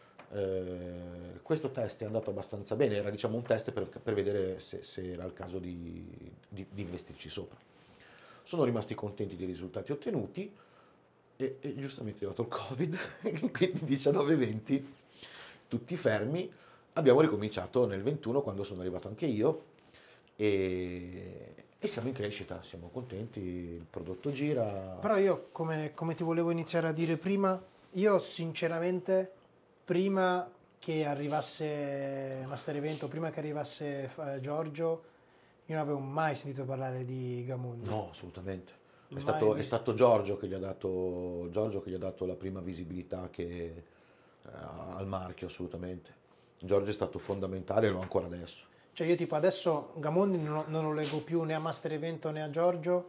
Questo test è andato abbastanza bene, era, diciamo, un test per vedere se era il caso di investirci sopra. Sono rimasti contenti dei risultati ottenuti e giustamente è arrivato il Covid, quindi 19-20, tutti fermi. Abbiamo ricominciato nel 21 quando sono arrivato anche io e siamo in crescita, siamo contenti, il prodotto gira. Però io, come ti volevo iniziare a dire prima, io sinceramente, prima che arrivasse Master Evento, prima che arrivasse Giorgio, io non avevo mai sentito parlare di Gamondi. No, assolutamente. È Mai stato, è visto. stato Giorgio che gli ha dato la prima visibilità al marchio, assolutamente. Giorgio è stato fondamentale e lo è ancora adesso. Cioè io tipo adesso Gamondi non lo leggo più né a Master Evento né a Giorgio,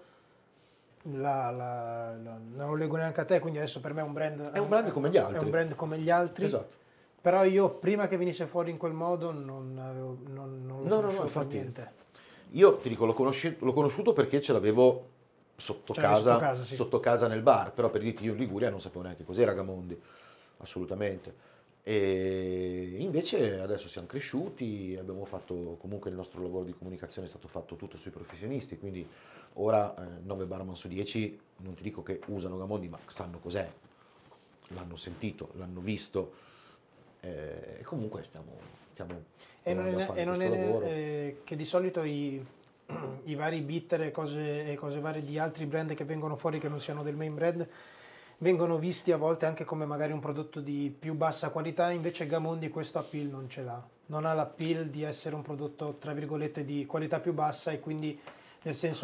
non lo leggo neanche a te, quindi adesso per me è un brand, È un brand come gli altri. È un brand come gli altri. Esatto. Però io prima che venisse fuori in quel modo non lo conoscevo per infatti. niente. Io ti dico, l'ho conosciuto perché ce l'avevo sotto Ce l'avevi casa, sotto casa, sì. sotto casa nel bar, però per dirti io in Liguria non sapevo neanche cos'era Gamondi, assolutamente. E invece adesso siamo cresciuti, abbiamo fatto comunque il nostro lavoro di comunicazione è stato fatto tutto sui professionisti, quindi ora 9 barman su 10 non ti dico che usano Gamondi, ma sanno cos'è, l'hanno sentito, l'hanno visto e comunque stiamo E non provando a è, fare e non questo è lavoro. che di solito i vari bitter e cose varie di altri brand che vengono fuori che non siano del main brand vengono visti a volte anche come magari un prodotto di più bassa qualità, invece Gamondi questo appeal non ce l'ha. Non ha l'appeal di essere un prodotto, tra virgolette, di qualità più bassa e quindi nel senso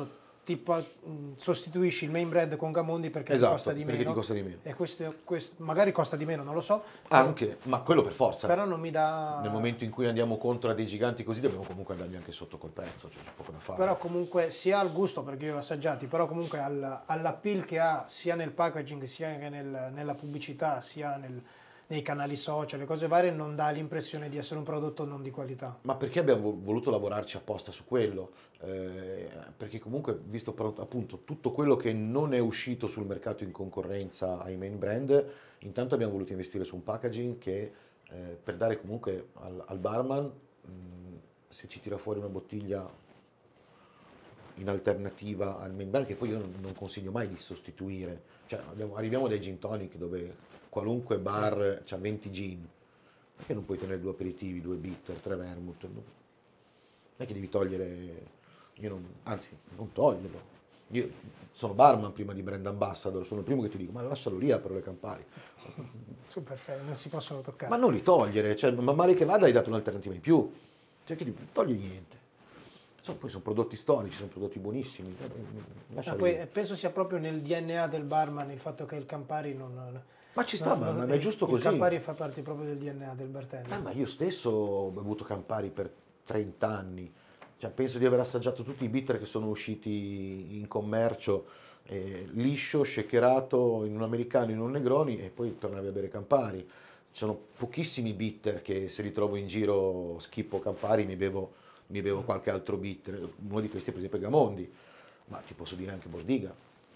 sostituisci il main brand con Gamondi perché ti Esatto, costa di perché meno. ti costa di meno. E questo magari costa di meno, non lo so. Anche, ma quello per forza. Però non mi dà... Nel momento in cui andiamo contro a dei giganti così dobbiamo comunque andargli anche sotto col prezzo, cioè c'è poco da fare. Però comunque sia al gusto, perché io l'ho assaggiati, però comunque all'appeal che ha sia nel packaging, sia che nella pubblicità, sia nei canali social, le cose varie, non dà l'impressione di essere un prodotto non di qualità. Ma perché abbiamo voluto lavorarci apposta su quello? Perché comunque, visto appunto tutto quello che non è uscito sul mercato in concorrenza ai main brand, intanto abbiamo voluto investire su un packaging che per dare comunque al barman, se ci tira fuori una bottiglia in alternativa al main brand, che poi io non consiglio mai di sostituire, cioè arriviamo dai gin tonic dove qualunque bar ha 20 gin, perché non puoi tenere 2 aperitivi, 2 bitter, 3 vermouth? Non è che devi togliere, anzi non toglierlo. Io sono barman prima di brand ambassador, sono il primo che ti dico ma lascialo lì, apro le Campari. Super fair, non si possono toccare. Ma non li togliere, cioè man male che vada hai dato un'alternativa in più, cioè che togli niente. Poi sono prodotti storici, sono prodotti buonissimi. Poi penso sia proprio nel DNA del barman il fatto che il Campari non... Ma ci sta, ma è giusto così. Il Campari fa parte proprio del DNA del bartender. Ma io stesso ho bevuto Campari per 30 anni. Cioè, penso di aver assaggiato tutti i bitter che sono usciti in commercio, liscio, shakerato in un americano, in un Negroni e poi tornavi a bere Campari. Ci sono pochissimi bitter che se li trovo in giro schippo Campari, mi bevo qualche altro bitter. Uno di questi è per esempio Gamondi, ma ti posso dire anche Bordiga.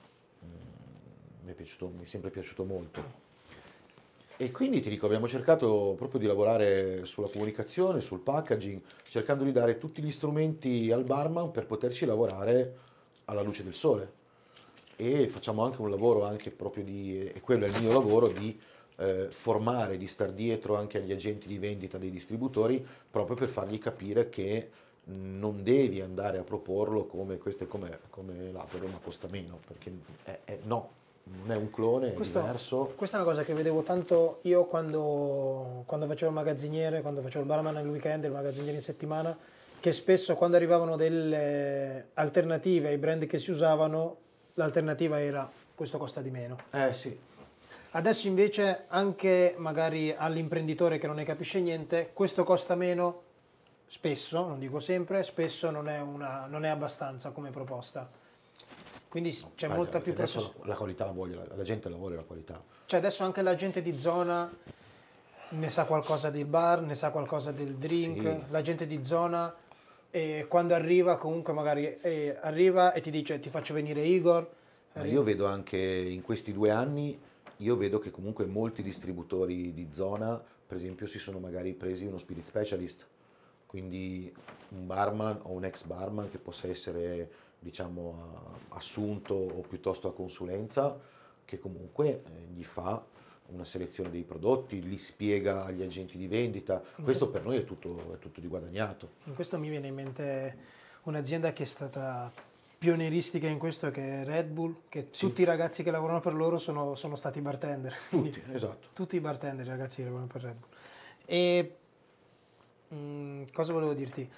Mi è sempre piaciuto molto. E quindi ti dico, abbiamo cercato proprio di lavorare sulla comunicazione, sul packaging, cercando di dare tutti gli strumenti al barman per poterci lavorare alla luce del sole. E facciamo anche un lavoro anche proprio e quello è il mio lavoro, di formare, di star dietro anche agli agenti di vendita dei distributori, proprio per fargli capire che non devi andare a proporlo come questo è come l'Aperol ma costa meno, perché no. Non è un clone, è diverso. Questa è una cosa che vedevo tanto io quando facevo il magazziniere, quando facevo il barman nel weekend, il magazziniere in settimana, che spesso quando arrivavano delle alternative ai brand che si usavano, l'alternativa era questo costa di meno. Sì. Adesso invece anche magari all'imprenditore che non ne capisce niente, questo costa meno, spesso, non dico sempre, spesso non è abbastanza come proposta. Quindi c'è molta più adesso la qualità la voglio, la gente la vuole la qualità. Cioè adesso anche la gente di zona ne sa qualcosa del bar, ne sa qualcosa del drink, Sì. La gente di zona quando arriva comunque magari arriva e ti dice ti faccio venire Igor. Ma io vedo anche in questi 2 anni, io vedo che comunque molti distributori di zona, per esempio, si sono magari presi uno spirit specialist, quindi un barman o un ex barman che possa essere, diciamo, assunto o piuttosto a consulenza, che comunque gli fa una selezione dei prodotti, li spiega agli agenti di vendita. Questo per noi è tutto di guadagnato. In questo mi viene in mente un'azienda che è stata pionieristica in questo, che è Red Bull, che Sì. tutti i ragazzi che lavorano per loro sono stati bartender. Tutti, esatto. Tutti i bartender, i ragazzi che lavorano per Red Bull. E cosa volevo dirti?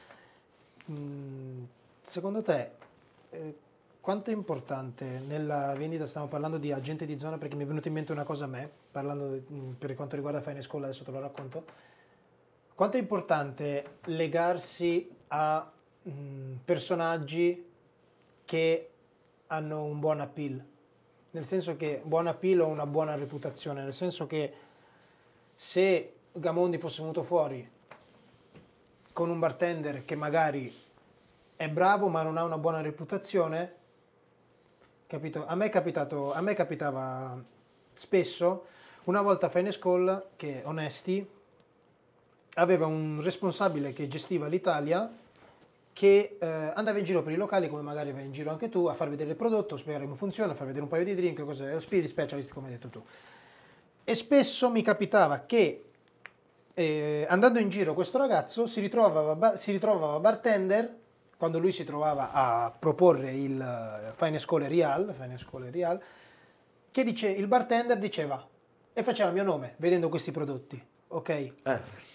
Secondo te quanto è importante nella vendita, stiamo parlando di agente di zona perché mi è venuta in mente una cosa a me, parlando per quanto riguarda Fine School, adesso te lo racconto, quanto è importante legarsi a personaggi che hanno un buon appeal, nel senso che buon appeal o una buona reputazione, nel senso che se Gamondi fosse venuto fuori con un bartender che magari è bravo ma non ha una buona reputazione, capito? A me capitava spesso, una volta a Fine School che Onesti aveva un responsabile che gestiva l'Italia che andava in giro per i locali, come magari vai in giro anche tu, a far vedere il prodotto, spiegare come funziona, far vedere un paio di drink, cose, speed specialist come hai detto tu. E spesso mi capitava che andando in giro questo ragazzo si ritrovava bartender, quando lui si trovava a proporre il Fine School Real, che il bartender diceva e faceva il mio nome vedendo questi prodotti, ok?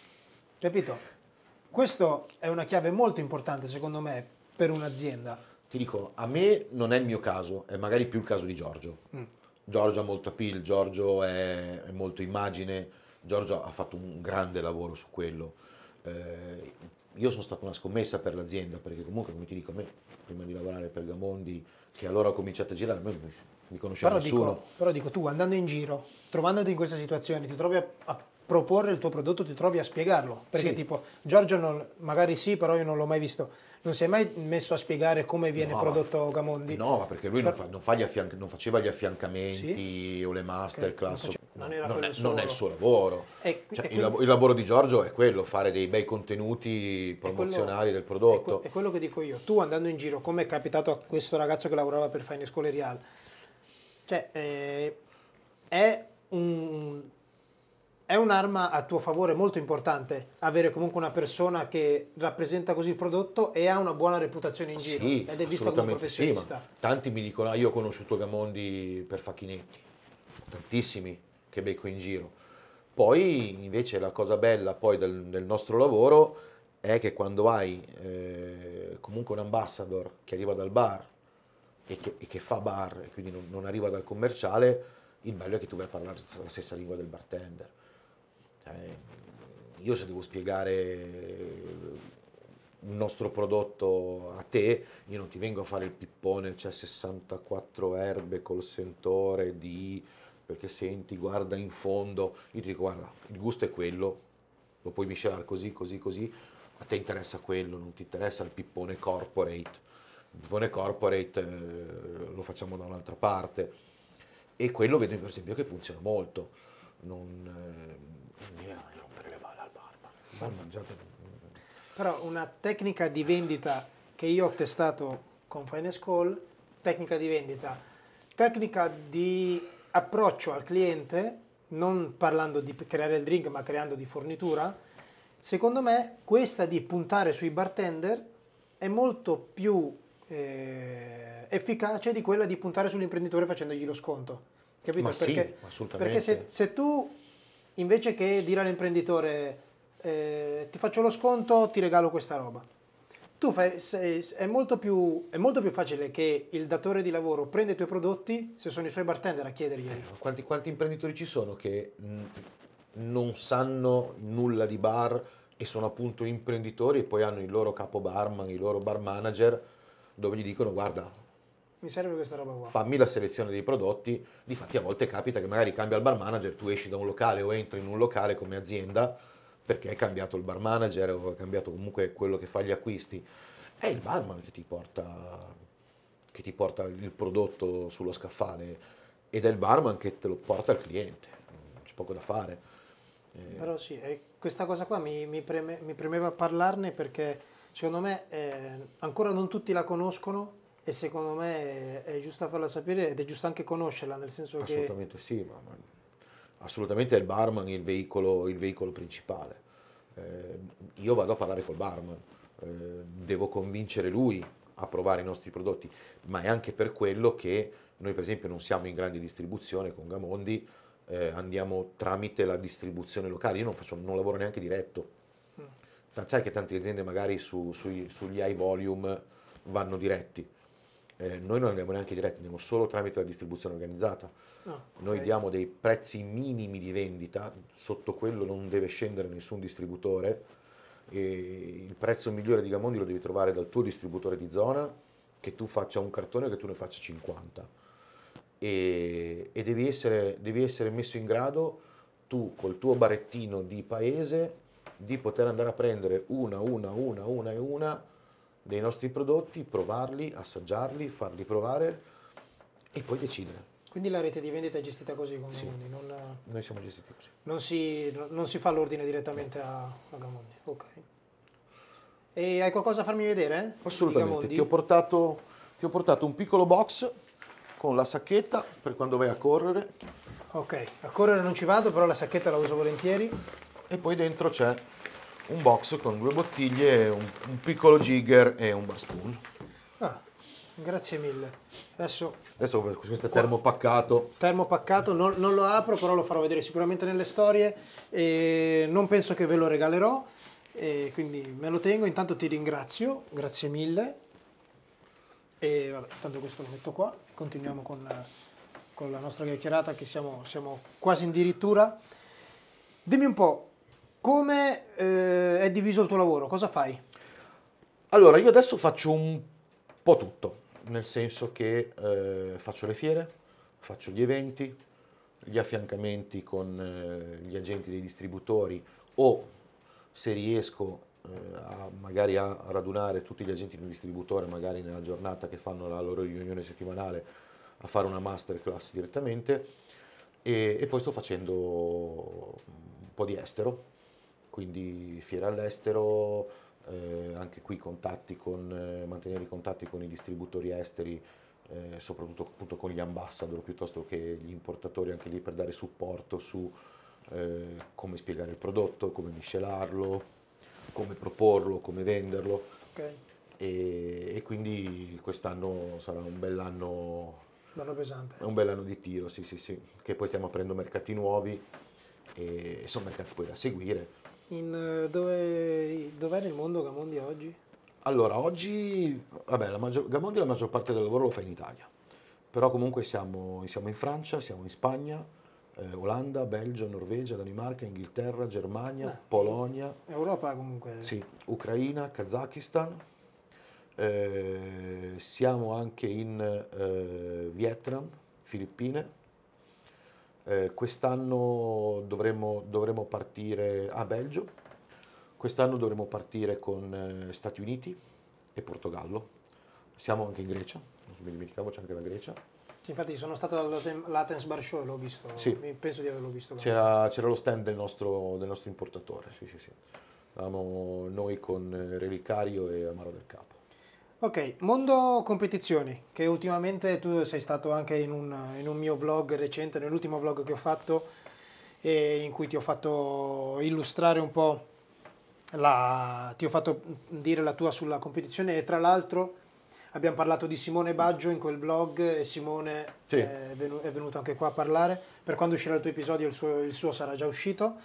Capito? Questo è una chiave molto importante secondo me per un'azienda. ti dico, a me non è il mio caso, è magari più il caso di Giorgio. Giorgio ha molto appeal, Giorgio è molto immagine, Giorgio ha fatto un grande lavoro su quello. Io sono stata una scommessa per l'azienda, perché comunque, come ti dico, a me, prima di lavorare per Gamondi, che allora ho cominciato a girare, a me mi conosceva nessuno. Però dico, tu andando in giro, trovandoti in questa situazione, ti trovi a proporre il tuo prodotto, ti trovi a spiegarlo. Perché Sì. tipo, Giorgio magari sì, però io non l'ho mai visto. Non si è mai messo a spiegare come viene No, prodotto Gamondi? No, ma perché lui non faceva gli affiancamenti Sì? o le masterclass. Ok, non era Non quello è, il suo non è il lavoro. suo lavoro. E Cioè, quindi- il lavoro di Giorgio è quello, fare dei bei contenuti promozionali del prodotto. È quello che dico io. Tu andando in giro, come è capitato a questo ragazzo che lavorava per Fine School e Real, cioè è è un'arma a tuo favore molto importante avere comunque una persona che rappresenta così il prodotto e ha una buona reputazione in giro Sì, ed è visto come un assolutamente sì, ma professionista. tanti mi dicono, io ho conosciuto Gamondi per Facchinetti, tantissimi che becco in giro. Poi invece la cosa bella poi del nostro lavoro è che quando hai comunque un ambassador che arriva dal bar e che fa bar e quindi non arriva dal commerciale, il bello è che tu vai a parlare la stessa lingua del bartender. Io se devo spiegare un nostro prodotto a te, io non ti vengo a fare il pippone, c'è 64 erbe col sentore di... perché senti, guarda in fondo, io ti dico guarda, il gusto è quello, lo puoi miscelare così, così, così, a te interessa quello, non ti interessa il pippone corporate. Il pippone corporate lo facciamo da un'altra parte e quello vedo per esempio che funziona molto. Non devi rompere le balle al barman. Il barman già Però una tecnica di vendita che io ho testato con Finance Call, tecnica di vendita, tecnica di approccio al cliente, non parlando di creare il drink ma creando di fornitura, secondo me questa di puntare sui bartender è molto più efficace di quella di puntare sull'imprenditore facendogli lo sconto. Capito? Ma sì, perché assolutamente. se tu invece che dire all'imprenditore ti faccio lo sconto, ti regalo questa roba, è molto più facile che il datore di lavoro prenda i tuoi prodotti se sono i suoi bartender a chiederglieli. Quanti imprenditori ci sono che non sanno nulla di bar e sono appunto imprenditori e poi hanno il loro capo barman, il loro bar manager dove gli dicono guarda, Mi serve questa roba qua. fammi la selezione dei prodotti. Difatti a volte capita che magari cambia il bar manager, tu esci da un locale o entri in un locale come azienda perché è cambiato il bar manager o è cambiato comunque quello che fa gli acquisti. È il barman che ti porta il prodotto sullo scaffale ed è il barman che te lo porta al cliente. C'è poco da fare. Però sì, questa cosa qua mi premeva parlarne perché secondo me ancora non tutti la conoscono e secondo me è giusto farla sapere ed è giusto anche conoscerla, nel senso che Assolutamente sì, ma assolutamente è il barman il veicolo principale. Io vado a parlare col barman, devo convincere lui a provare i nostri prodotti, ma è anche per quello che noi per esempio non siamo in grande distribuzione con Gamondi, andiamo tramite la distribuzione locale, io non lavoro neanche diretto. Sai che tante aziende magari sugli high volume vanno diretti. Noi non andiamo neanche diretti, andiamo solo tramite la distribuzione organizzata. no, Noi ok. diamo dei prezzi minimi di vendita, sotto quello non deve scendere nessun distributore. E il prezzo migliore di Gamondi lo devi trovare dal tuo distributore di zona, che tu faccia un cartone o che tu ne faccia 50. E devi essere messo in grado, tu col tuo barettino di paese, di poter andare a prendere una dei nostri prodotti, provarli, assaggiarli, farli provare e poi decidere. Quindi la rete di vendita è gestita così con Sì. Gamondi, Noi siamo gestiti così. non si fa l'ordine direttamente a Gamondi. Ok. E hai qualcosa da farmi vedere? Di Assolutamente, Gamondi? ti ho portato un piccolo box con la sacchetta per quando vai a correre Ok, a correre non ci vado, però la sacchetta la uso volentieri. e poi dentro c'è un box con 2 bottiglie, un piccolo jigger e un bar spoon. Ah, grazie mille. Adesso Adesso questo è termopaccato. termopaccato, non lo apro, però lo farò vedere sicuramente nelle storie. E non penso che ve lo regalerò, e quindi me lo tengo. Intanto ti ringrazio, grazie mille. E vabbè, tanto questo lo metto qua, continuiamo con la nostra chiacchierata che siamo quasi addirittura. Dimmi un po', come è diviso il tuo lavoro? Cosa fai? Allora, io adesso faccio un po' tutto, nel senso che faccio le fiere, faccio gli eventi, gli affiancamenti con gli agenti dei distributori o se riesco magari a radunare tutti gli agenti di un distributore, magari nella giornata che fanno la loro riunione settimanale, a fare una masterclass direttamente e poi sto facendo un po' di estero, quindi fiere all'estero, anche qui mantenere i contatti con i distributori esteri, soprattutto appunto con gli ambassador piuttosto che gli importatori, anche lì per dare supporto su come spiegare il prodotto, come miscelarlo, come proporlo, come venderlo. Ok, E quindi quest'anno sarà un bell'anno, bello pesante. è un bell'anno di tiro, sì, sì, sì, che poi stiamo aprendo mercati nuovi e sono mercati poi da seguire. Dov'è nel mondo Gamondi oggi? Allora, oggi, vabbè, Gamondi la maggior parte del lavoro lo fa in Italia, però comunque siamo in Francia, siamo in Spagna, Olanda, Belgio, Norvegia, Danimarca, Inghilterra, Germania, Polonia, Europa comunque. sì, Ucraina, Kazakistan, siamo anche in Vietnam, Filippine. Quest'anno dovremo partire a Belgio, quest'anno dovremo partire con Stati Uniti e Portogallo. Siamo anche in Grecia, non mi dimenticavo, c'è anche la Grecia. Sì, infatti sono stato all'Athens Bar Show e l'ho visto, Sì. penso di averlo visto. C'era lo stand del nostro importatore, sì, sì, sì. Eravamo noi con Relicario e Amaro del Capo. Ok, mondo competizioni, che ultimamente tu sei stato anche in un mio vlog recente, nell'ultimo vlog che ho fatto, in cui ti ho fatto illustrare un po', ti ho fatto dire la tua sulla competizione e tra l'altro abbiamo parlato di Simone Baggio in quel vlog e Simone Sì. è venuto anche qua a parlare. Per quando uscirà il tuo episodio il suo sarà già uscito.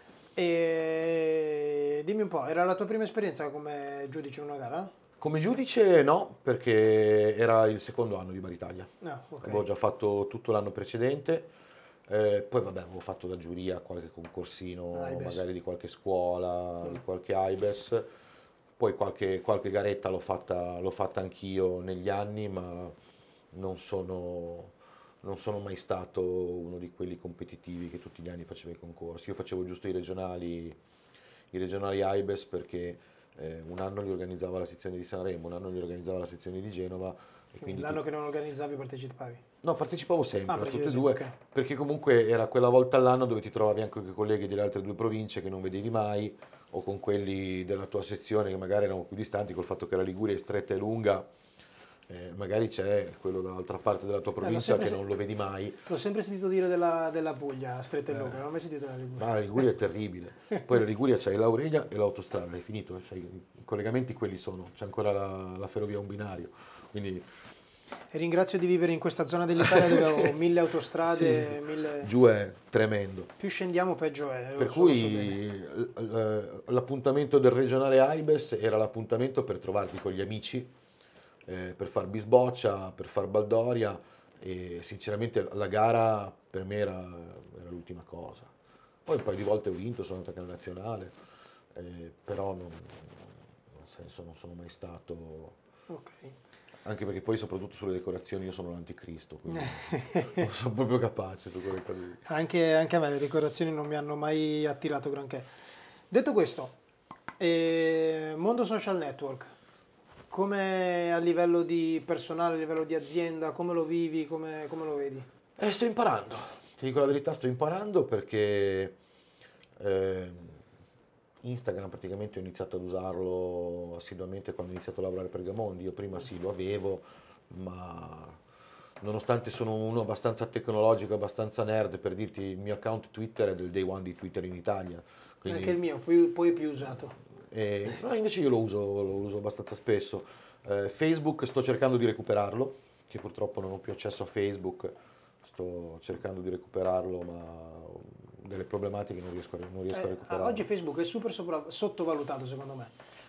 E dimmi un po', era la tua prima esperienza come giudice in una gara? Come giudice no, perché era il secondo anno di Baritalia. No, ok. Avevo già fatto tutto l'anno precedente, poi vabbè avevo fatto da giuria qualche concorsino, AIBES. magari di qualche scuola, di qualche AIBES, poi qualche garetta l'ho fatta anch'io negli anni, ma non sono mai stato uno di quelli competitivi che tutti gli anni faceva i concorsi. Io facevo giusto i regionali AIBES perché un anno li organizzava la sezione di Sanremo, un anno li organizzava la sezione di Genova. E quindi L'anno che non organizzavi partecipavi? no, partecipavo sempre a tutte e partecipavi due, sempre, ok. perché comunque era quella volta all'anno dove ti trovavi anche con i colleghi delle altre due province che non vedevi mai, o con quelli della tua sezione che magari erano più distanti, col fatto che la Liguria è stretta e lunga, magari c'è quello dall'altra parte della tua provincia che non lo vedi mai. L'ho sempre sentito dire della Puglia, stretta e lunga, non ho mai sentito della Liguria. Ma la Liguria è terribile. Poi la Liguria c'hai l'Aurelia e l'autostrada, è finito. Cioè, i collegamenti quelli sono, c'è ancora la ferrovia a un binario. Quindi E ringrazio di vivere in questa zona dell'Italia dove ho 1000 autostrade, sì. 1000... Giù è tremendo. Più scendiamo peggio è. Per lo so cui bene. l'appuntamento del regionale AIBES era l'appuntamento per trovarti con gli amici, per far bisboccia, per far baldoria e sinceramente la gara per me era l'ultima cosa. Poi un paio di volte ho vinto, sono andato anche alla nazionale, però nel senso non sono mai stato, Ok. anche perché poi soprattutto sulle decorazioni io sono l'anticristo, quindi non sono proprio capace su quelle cose lì. Anche a me le decorazioni non mi hanno mai attirato granché. Detto questo, mondo social network, come a livello di personale, a livello di azienda, come lo vivi, come lo vedi? Sto imparando, ti dico la verità, sto imparando perché Instagram praticamente ho iniziato ad usarlo assiduamente quando ho iniziato a lavorare per Gamondi. Io prima sì lo avevo, ma nonostante sono uno abbastanza tecnologico, abbastanza nerd, per dirti il mio account Twitter è del day one di Twitter in Italia. Quindi, Anche il mio, poi più usato. no, invece io lo uso abbastanza spesso. Facebook sto cercando di recuperarlo, che purtroppo non ho più accesso a Facebook, sto cercando di recuperarlo, ma ho delle problematiche non riesco a recuperare. Oggi Facebook è super sottovalutato secondo me.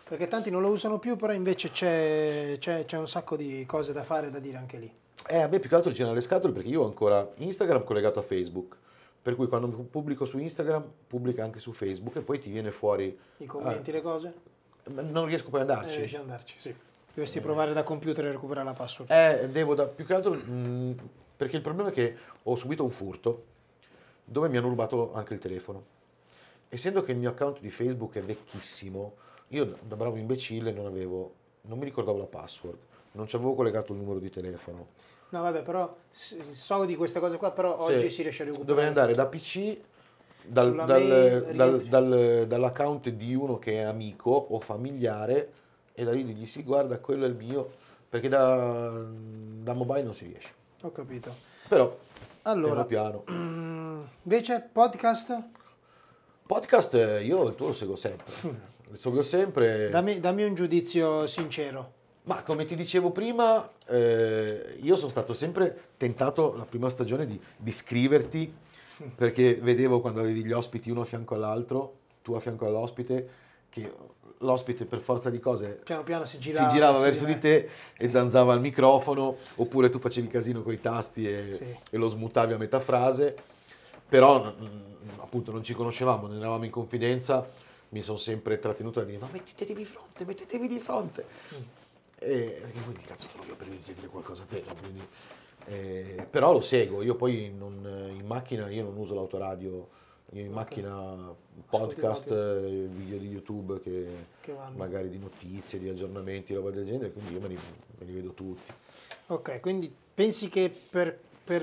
Perché tanti non lo usano più, però invece c'è un sacco di cose da fare e da dire anche lì. A me più che altro girano le scatole perché io ho ancora Instagram collegato a Facebook, per cui quando pubblico su Instagram pubblica anche su Facebook e poi ti viene fuori... I commenti, le cose? Non riesco poi ad andarci. Riesci ad andarci, sì. Dovresti provare da computer e recuperare la password. Più che altro perché il problema è che ho subito un furto dove mi hanno rubato anche il telefono. Essendo che il mio account di Facebook è vecchissimo, io da bravo imbecille non mi ricordavo la password, non ci avevo collegato il numero di telefono. No, vabbè, però so di queste cose qua, però Sì, oggi si riesce a recuperare. dovrei andare da PC, Sulla mail, dall'account di uno che è amico o familiare e da lì digli sì, guarda, quello è il mio, perché da mobile non si riesce. Ho capito. Però, Allora, piano piano. Invece, podcast? Podcast, io il tuo lo seguo sempre. Lo seguo sempre. Dammi un giudizio sincero. Ma come ti dicevo prima, io sono stato sempre tentato la prima stagione di scriverti, perché vedevo quando avevi gli ospiti uno a fianco all'altro, tu a fianco all'ospite, che l'ospite per forza di cose Piano piano si si girava, girava verso di te e zanzava il microfono, oppure tu facevi casino coi tasti e lo smutavi a metà frase, però appunto non ci conoscevamo, non eravamo in confidenza, mi sono sempre trattenuto a dire ma mettetevi di fronte. Perché poi che cazzo sono io per dire qualcosa a te, no? Quindi, però lo seguo, io poi in macchina io non uso l'autoradio, io in macchina podcast, video di YouTube che magari di notizie, di aggiornamenti, roba del genere, quindi io me li vedo tutti. Ok, quindi pensi che per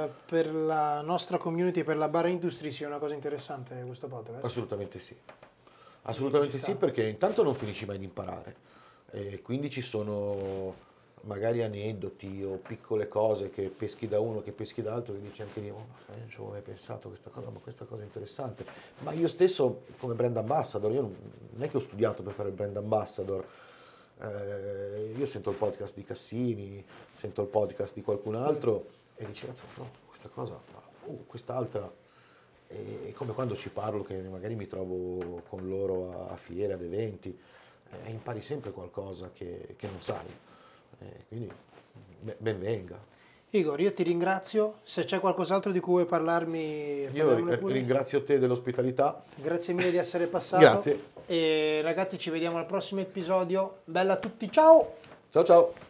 la nostra community, per la bar industry sia una cosa interessante questo podcast? Assolutamente sì. Assolutamente sì, perché intanto non finisci mai di imparare. Quindi ci sono magari aneddoti o piccole cose che peschi da uno, che peschi dall'altro, che dici anche di non ci avevo mai pensato a questa cosa, ma questa cosa è interessante. Ma io stesso come brand ambassador, io non è che ho studiato per fare il brand ambassador, io sento il podcast di Cassini, sento il podcast di qualcun altro e dici, cazzo, no, questa cosa, quest'altra. E come quando ci parlo, che magari mi trovo con loro a fiere, ad eventi, impari sempre qualcosa che non sai, quindi ben venga. Igor, io ti ringrazio, se c'è qualcos'altro di cui vuoi parlarmi, Io ringrazio te dell'ospitalità. Grazie mille di essere passato. Grazie. E ragazzi, ci vediamo al prossimo episodio. Bella a tutti, ciao! Ciao ciao!